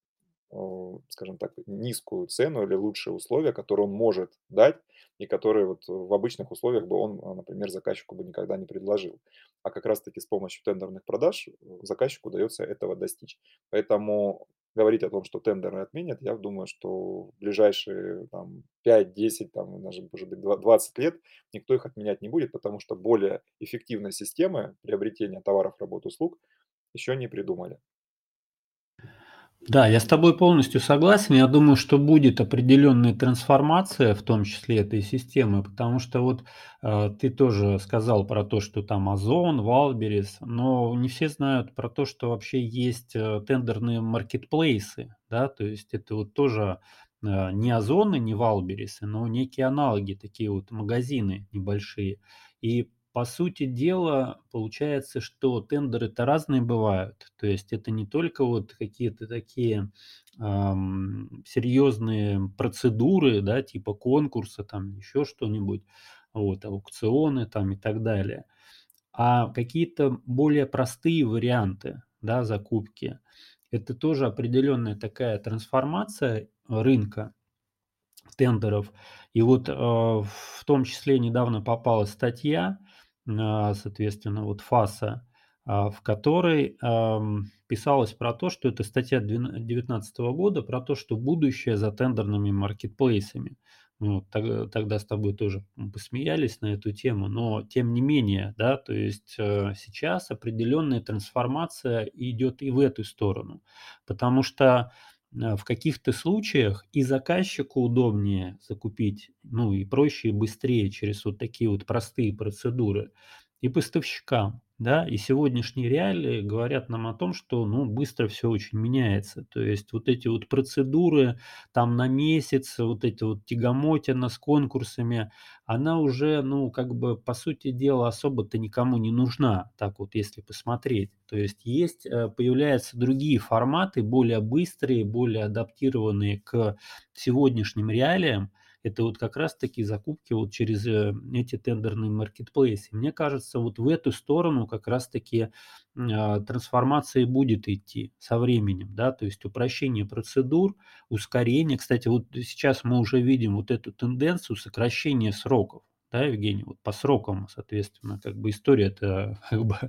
о, скажем так, низкую цену или лучшие условия, которые он может дать и которые вот в обычных условиях бы он, а, например, заказчику бы никогда не предложил. А как раз таки с помощью тендерных продаж, э, заказчику удается этого достичь. Поэтому говорить о том, что тендеры отменят, я думаю, что в ближайшие там пять десять, там даже, может быть, два двадцать лет никто их отменять не будет, потому что более эффективной системы приобретения товаров, работ, услуг еще не придумали. Да, я с тобой полностью согласен. Я думаю, что будет определенная трансформация, в том числе этой системы, потому что вот э, ты тоже сказал про то, что там Озон, Валберес, но не все знают про то, что вообще есть э, тендерные маркетплейсы, да, то есть это вот тоже э, не Озоны, не Валбересы, но некие аналоги, такие вот магазины небольшие. И по сути дела, получается, что тендеры-то разные бывают. То есть это не только вот какие-то такие, ам, серьезные процедуры, да, типа конкурса, там еще что-нибудь, вот, аукционы там и так далее, а какие-то более простые варианты, да, закупки. Это тоже определенная такая трансформация рынка тендеров. И вот, э, в том числе недавно попалась статья, а, соответственно, вот ФАСа, а, в которой, ам, писалось про то, что это статья двен девятнадцатого года, про то, что будущее за тендерными маркетплейсами. Ну, вот тог тогда с тобой тоже, м, посмеялись на эту тему, но тем не менее, да, то есть, э, сейчас определенная трансформация идет и в эту сторону. Потому что а, в каких-то случаях и заказчику удобнее закупить, ну и проще, и быстрее через вот такие вот простые процедуры, и поставщикам, да. И сегодняшние реалии говорят нам о том, что, ну, быстро все очень меняется. То есть вот эти вот процедуры там на месяц, вот эти вот тягомотина с конкурсами, она уже, ну, как бы, по сути дела, особо-то никому не нужна, так вот если посмотреть. То есть есть, э, появляются другие форматы, более быстрые, более адаптированные к сегодняшним реалиям. Это вот как раз таки закупки вот через, э, эти тендерные маркетплейсы. Мне кажется, вот в эту сторону как раз таки, м, а, трансформация и будет идти со временем, да, то есть упрощение процедур, ускорение. Кстати, вот сейчас мы уже видим вот эту тенденцию сокращения сроков, да, Евгений? Вот по срокам, соответственно, как бы история-то как бы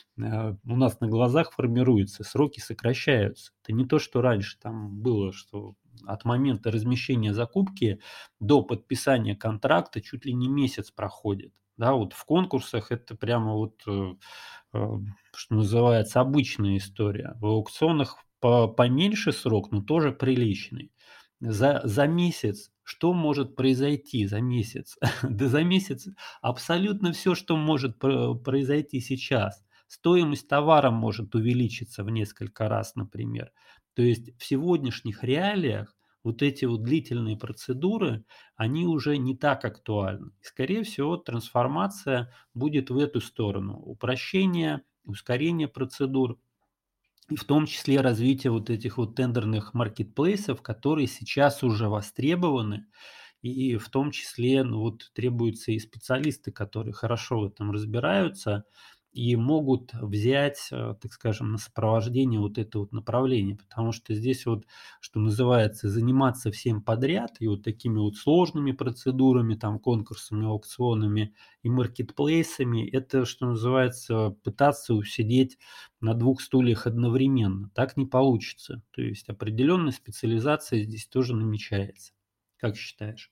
э, у нас на глазах формируется, сроки сокращаются. Это не то, что раньше там было, что от момента размещения закупки до подписания контракта чуть ли не месяц проходит. Да, вот в конкурсах это прямо вот, э, э, что называется, обычная история. В аукционах по поменьше срок, но тоже приличный. За за месяц что может произойти за месяц? Да за месяц абсолютно все, что может про произойти сейчас. Стоимость товара может увеличиться в несколько раз, например. То есть в сегодняшних реалиях вот эти вот длительные процедуры, они уже не так актуальны. И, скорее всего, трансформация будет в эту сторону. Упрощение, ускорение процедур. И в том числе развитие вот этих вот тендерных маркетплейсов, которые сейчас уже востребованы. И в том числе, ну, вот требуются и специалисты, которые хорошо в этом разбираются и могут взять, э, так скажем, на сопровождение вот это вот направление. Потому что здесь вот, что называется, заниматься всем подряд и вот такими вот сложными процедурами, там, конкурсами, аукционами и маркетплейсами, это, что называется, пытаться усидеть на двух стульях одновременно. Так не получится. То есть определенная специализация здесь тоже намечается. Как считаешь?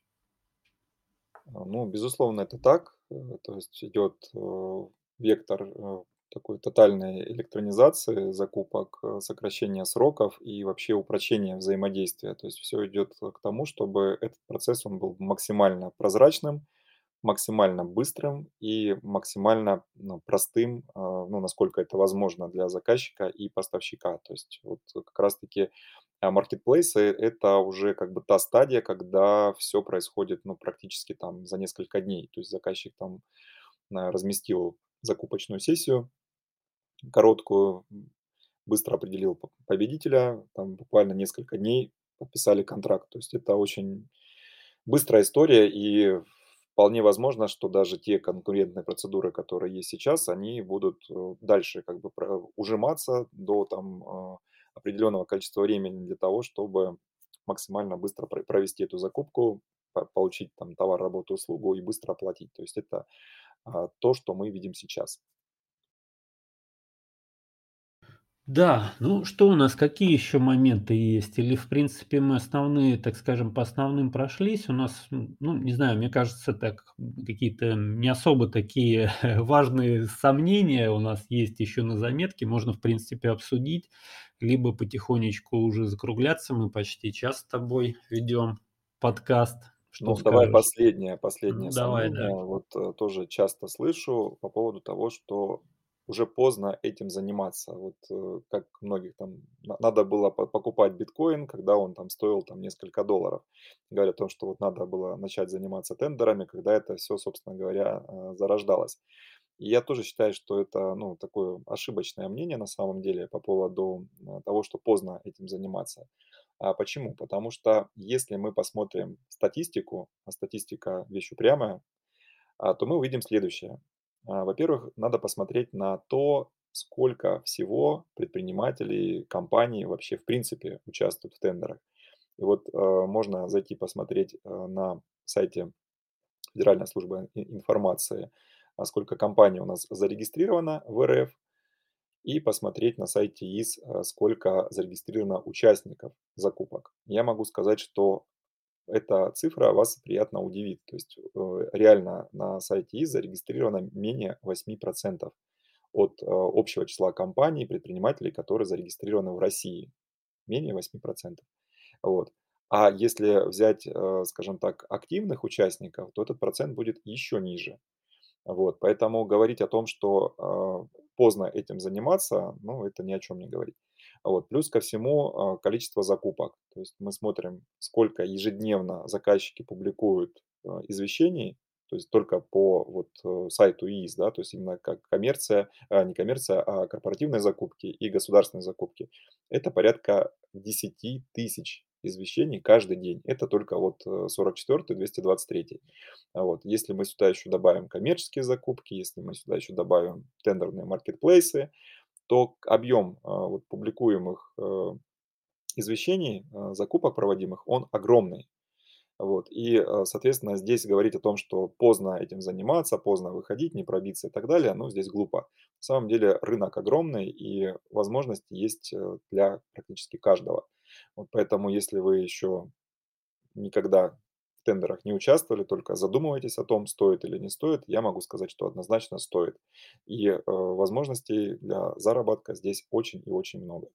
А, ну, безусловно, это так. Э, то есть идет, э, вектор, э, такой тотальной электронизации закупок, э, сокращения сроков и вообще упрочения взаимодействия. То есть все идет к тому, чтобы этот процесс, он был максимально прозрачным, максимально быстрым и максимально, ну, простым, а, ну, насколько это возможно для заказчика и поставщика. То есть вот как раз таки, а, маркетплейсы — это уже как бы та стадия, когда все происходит, ну, практически там за несколько дней. То есть заказчик там, а, разместил закупочную сессию короткую, м, быстро определил п победителя, там буквально несколько дней подписали контракт. То есть это очень быстрая история, и вполне возможно, что даже те конкурентные процедуры, которые есть сейчас, они будут, э, дальше как бы про ужиматься до там, а, определенного количества времени для того, чтобы максимально быстро пр провести эту закупку, по получить там товар, работу, услугу и быстро оплатить. То есть это, а, то, что мы видим сейчас. Да, ну что у нас, какие еще моменты есть? Или, в принципе, мы основные, так скажем, по основным прошлись? У нас, м, ну, не знаю, мне кажется, так, м, какие-то не особо такие важные сомнения у нас есть еще на заметке. Можно, в принципе, обсудить, либо потихонечку уже закругляться. Мы почти час с тобой ведем подкаст. Что Ну, давай скажешь? последнее последнее Ну, давай, да. сомнение. Вот, э, тоже часто слышу по поводу того, что уже поздно этим заниматься. Вот, э, как многих там на надо было по покупать биткоин, когда он там стоил там несколько долларов. Говорят о том, что вот надо было начать заниматься тендерами, когда это все, собственно говоря, э, зарождалось. И я тоже считаю, что это, ну, такое ошибочное мнение на самом деле по поводу, э, того, что поздно этим заниматься. А почему? Потому что если мы посмотрим статистику, а статистика вещь упрямая, а, то мы увидим следующее. А, Во-первых, надо посмотреть на то, сколько всего предпринимателей, компаний вообще в принципе участвуют в тендерах. И вот э, можно зайти посмотреть э, на сайте Федеральной службы и- информации, а сколько компаний у нас зарегистрировано в эр эф, и посмотреть на сайте ИС, э, сколько зарегистрировано участников закупок. Я могу сказать, что эта цифра вас приятно удивит. То есть э, реально на сайте ИС зарегистрировано менее восемь процентов от э, общего числа компаний, предпринимателей, которые зарегистрированы в России. Менее восемь процентов. Вот. А если взять, э, скажем так, активных участников, то этот процент будет еще ниже. Вот, поэтому говорить о том, что, а, поздно этим заниматься, ну, это ни о чем не говорит. Вот. Плюс ко всему, а, количество закупок. То есть мы смотрим, сколько ежедневно заказчики публикуют, а, извещений, то есть только по вот, э, сайту ИИС, да, то есть именно как коммерция, а, не коммерция, а корпоративные закупки и государственные закупки. Это порядка десяти тысяч извещений каждый день. Это только вот, э, сорок четвёртый, двести двадцать третий. А вот. Если мы сюда еще добавим коммерческие закупки, если мы сюда еще добавим тендерные маркетплейсы, то к- объем а, вот, публикуемых э, извещений, а, закупок проводимых, он огромный. Вот. И, а, соответственно, здесь говорить о том, что поздно этим заниматься, поздно выходить, не пробиться и так далее, ну, здесь глупо. На самом деле рынок огромный, и возможности есть э, для практически каждого. Вот поэтому, если вы еще никогда в тендерах не участвовали, только задумываетесь о том, стоит или не стоит, я могу сказать, что однозначно стоит. И, э, возможностей для заработка здесь очень и очень много.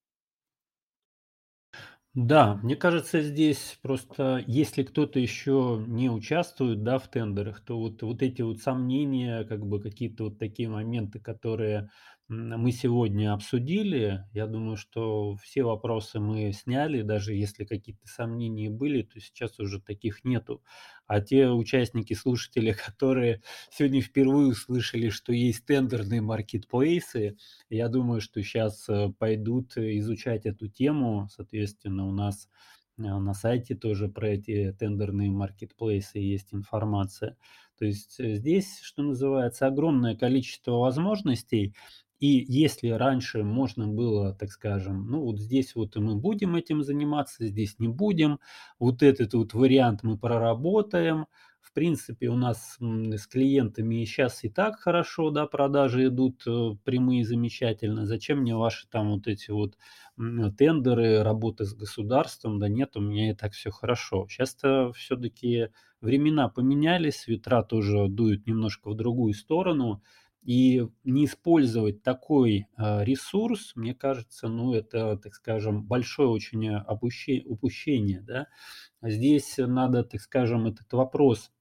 Да, мне кажется, здесь просто, если кто-то еще не участвует, да, в тендерах, то вот, вот эти вот сомнения, как бы какие-то вот такие моменты, которые м, мы сегодня обсудили, я думаю, что все вопросы мы сняли, даже если какие-то сомнения были, то сейчас уже таких нету. А те участники, слушатели, которые сегодня впервые услышали, что есть тендерные маркетплейсы, я думаю, что сейчас пойдут изучать эту тему. Соответственно, у нас, а, на сайте тоже про эти тендерные маркетплейсы есть информация. То есть, э, здесь, что называется, огромное количество возможностей. И если раньше можно было, так скажем, ну, вот здесь вот мы будем этим заниматься, здесь не будем, вот этот вот вариант мы проработаем. В принципе, у нас, м, с клиентами и щас и так хорошо, да, продажи идут, э, прямые замечательно. Зачем мне ваши там вот эти вот, м, тендеры, работы с государством? Да нет, у меня и так все хорошо. Щас-то всё-таки времена поменялись, ветра тоже дуют немножко в другую сторону. И не использовать такой, а, ресурс, мне кажется, ну, это, так скажем, большое очень, э, опуще упущение, да. Здесь надо, так скажем, этот вопрос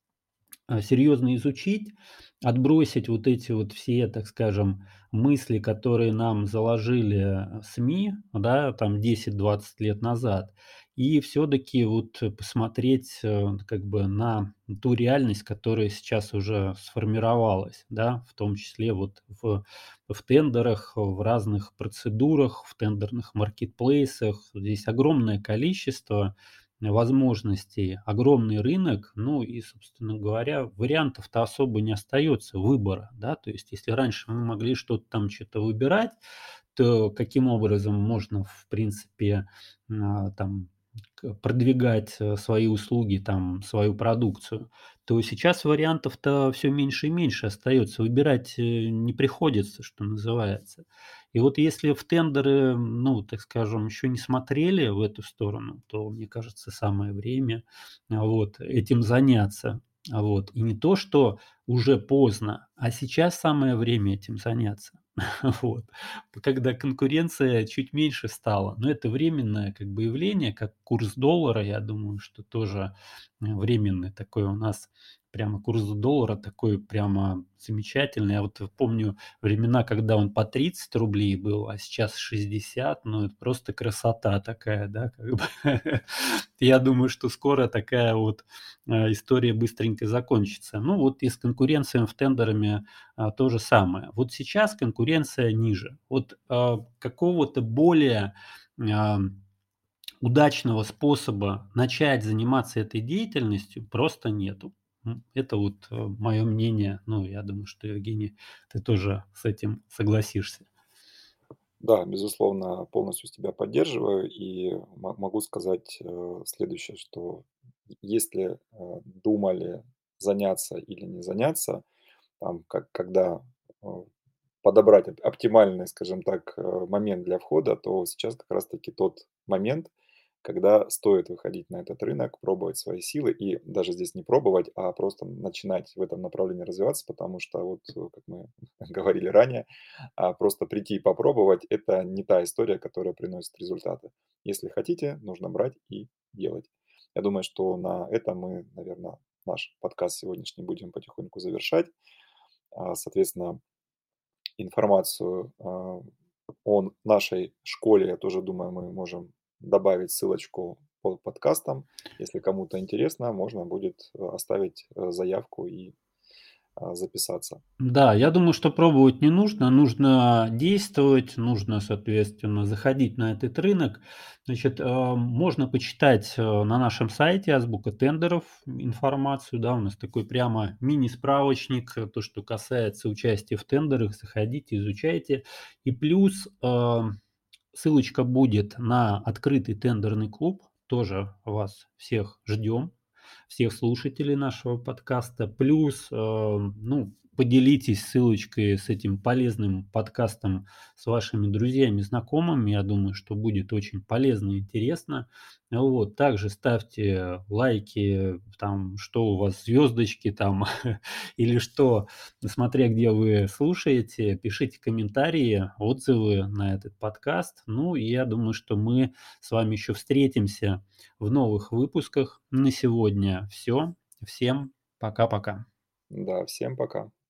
а, серьезно изучить, отбросить вот эти вот все, так скажем, мысли, которые нам заложили, э, СМИ, да, там десять-двадцать лет назад, и все-таки вот посмотреть, э, как бы на ту реальность, которая сейчас уже сформировалась, да, в том числе вот в, в тендерах, в разных процедурах, в тендерных маркетплейсах. Здесь огромное количество возможностей, огромный рынок, ну и, собственно говоря, вариантов-то особо не остается выбора, да. То есть если раньше мы могли что-то там, что то выбирать, то каким образом можно, в принципе, а, там к продвигать, э, свои услуги, там, свою продукцию, то сейчас вариантов-то все меньше и меньше остается. Выбирать, э, не приходится, что называется. И вот если в тендеры, ну, так скажем, еще не смотрели в эту сторону, то, мне кажется, самое время, а, вот, этим заняться. А, вот. И не то, что уже поздно, а сейчас самое время этим заняться. Вот. Когда конкуренция чуть меньше стала. Но это временное как бы явление, как курс доллара, я думаю, что тоже, э, временный такой у нас прямо курс доллара такой прямо замечательный. Я вот помню времена, когда он по тридцать рублей был, а сейчас шестьдесят. Ну, это просто красота такая, да, как бы. Я думаю, что скоро такая вот, э, история быстренько закончится. Ну, вот и с конкуренцией в тендерами, а, то же самое. Вот сейчас конкуренция ниже. Вот, а, какого-то более, ам, удачного способа начать заниматься этой деятельностью просто нету. М, это вот, мое мнение. Ну, я думаю, что, Евгений, ты тоже с этим согласишься. Да, безусловно, полностью тебя поддерживаю и мо могу сказать, э, следующее, что если, э, думали заняться или не заняться, там, как когда, э, подобрать оп оптимальный, скажем так, э, момент для входа, то сейчас как раз таки тот момент, когда стоит выходить на этот рынок, пробовать свои силы. И даже здесь не пробовать, а просто начинать в этом направлении развиваться, потому что вот, э, как мы говорили ранее, а, просто прийти и попробовать — это не та история, которая приносит результаты. Если хотите, нужно брать и делать. Я думаю, что на этом мы, наверно, наш подкаст сегодняшний будем потихоньку завершать. А, соответственно, информацию, а, о нашей школе, я тоже думаю, мы можем добавить ссылочку под подкастом. Если кому-то интересно, можно будет, э, оставить, э, заявку и, а, записаться. Да, я думаю, что пробовать не нужно. Нужно действовать, нужно, соответственно, заходить на этот рынок. Значит, а, можно почитать, э, на нашем сайте "Азбука тендеров" информацию, да. У нас такой прямо мини-справочник, э, то, что касается участия в тендерах. Заходите, изучайте. И плюс, а, ссылочка будет на открытый тендерный клуб. Тоже вас всех ждем, всех слушателей нашего подкаста. Плюс, э, ну, поделитесь ссылочкой с этим полезным подкастом с вашими друзьями, знакомыми. Я думаю, что будет очень полезно и интересно. Вот. Также ставьте лайки, там, что у вас, звездочки там или что, смотря где вы слушаете. Пишите комментарии, отзывы на этот подкаст. Ну, и я думаю, что мы с вами еще встретимся в новых выпусках. На сегодня все. Всем пока-пока. Да, всем пока.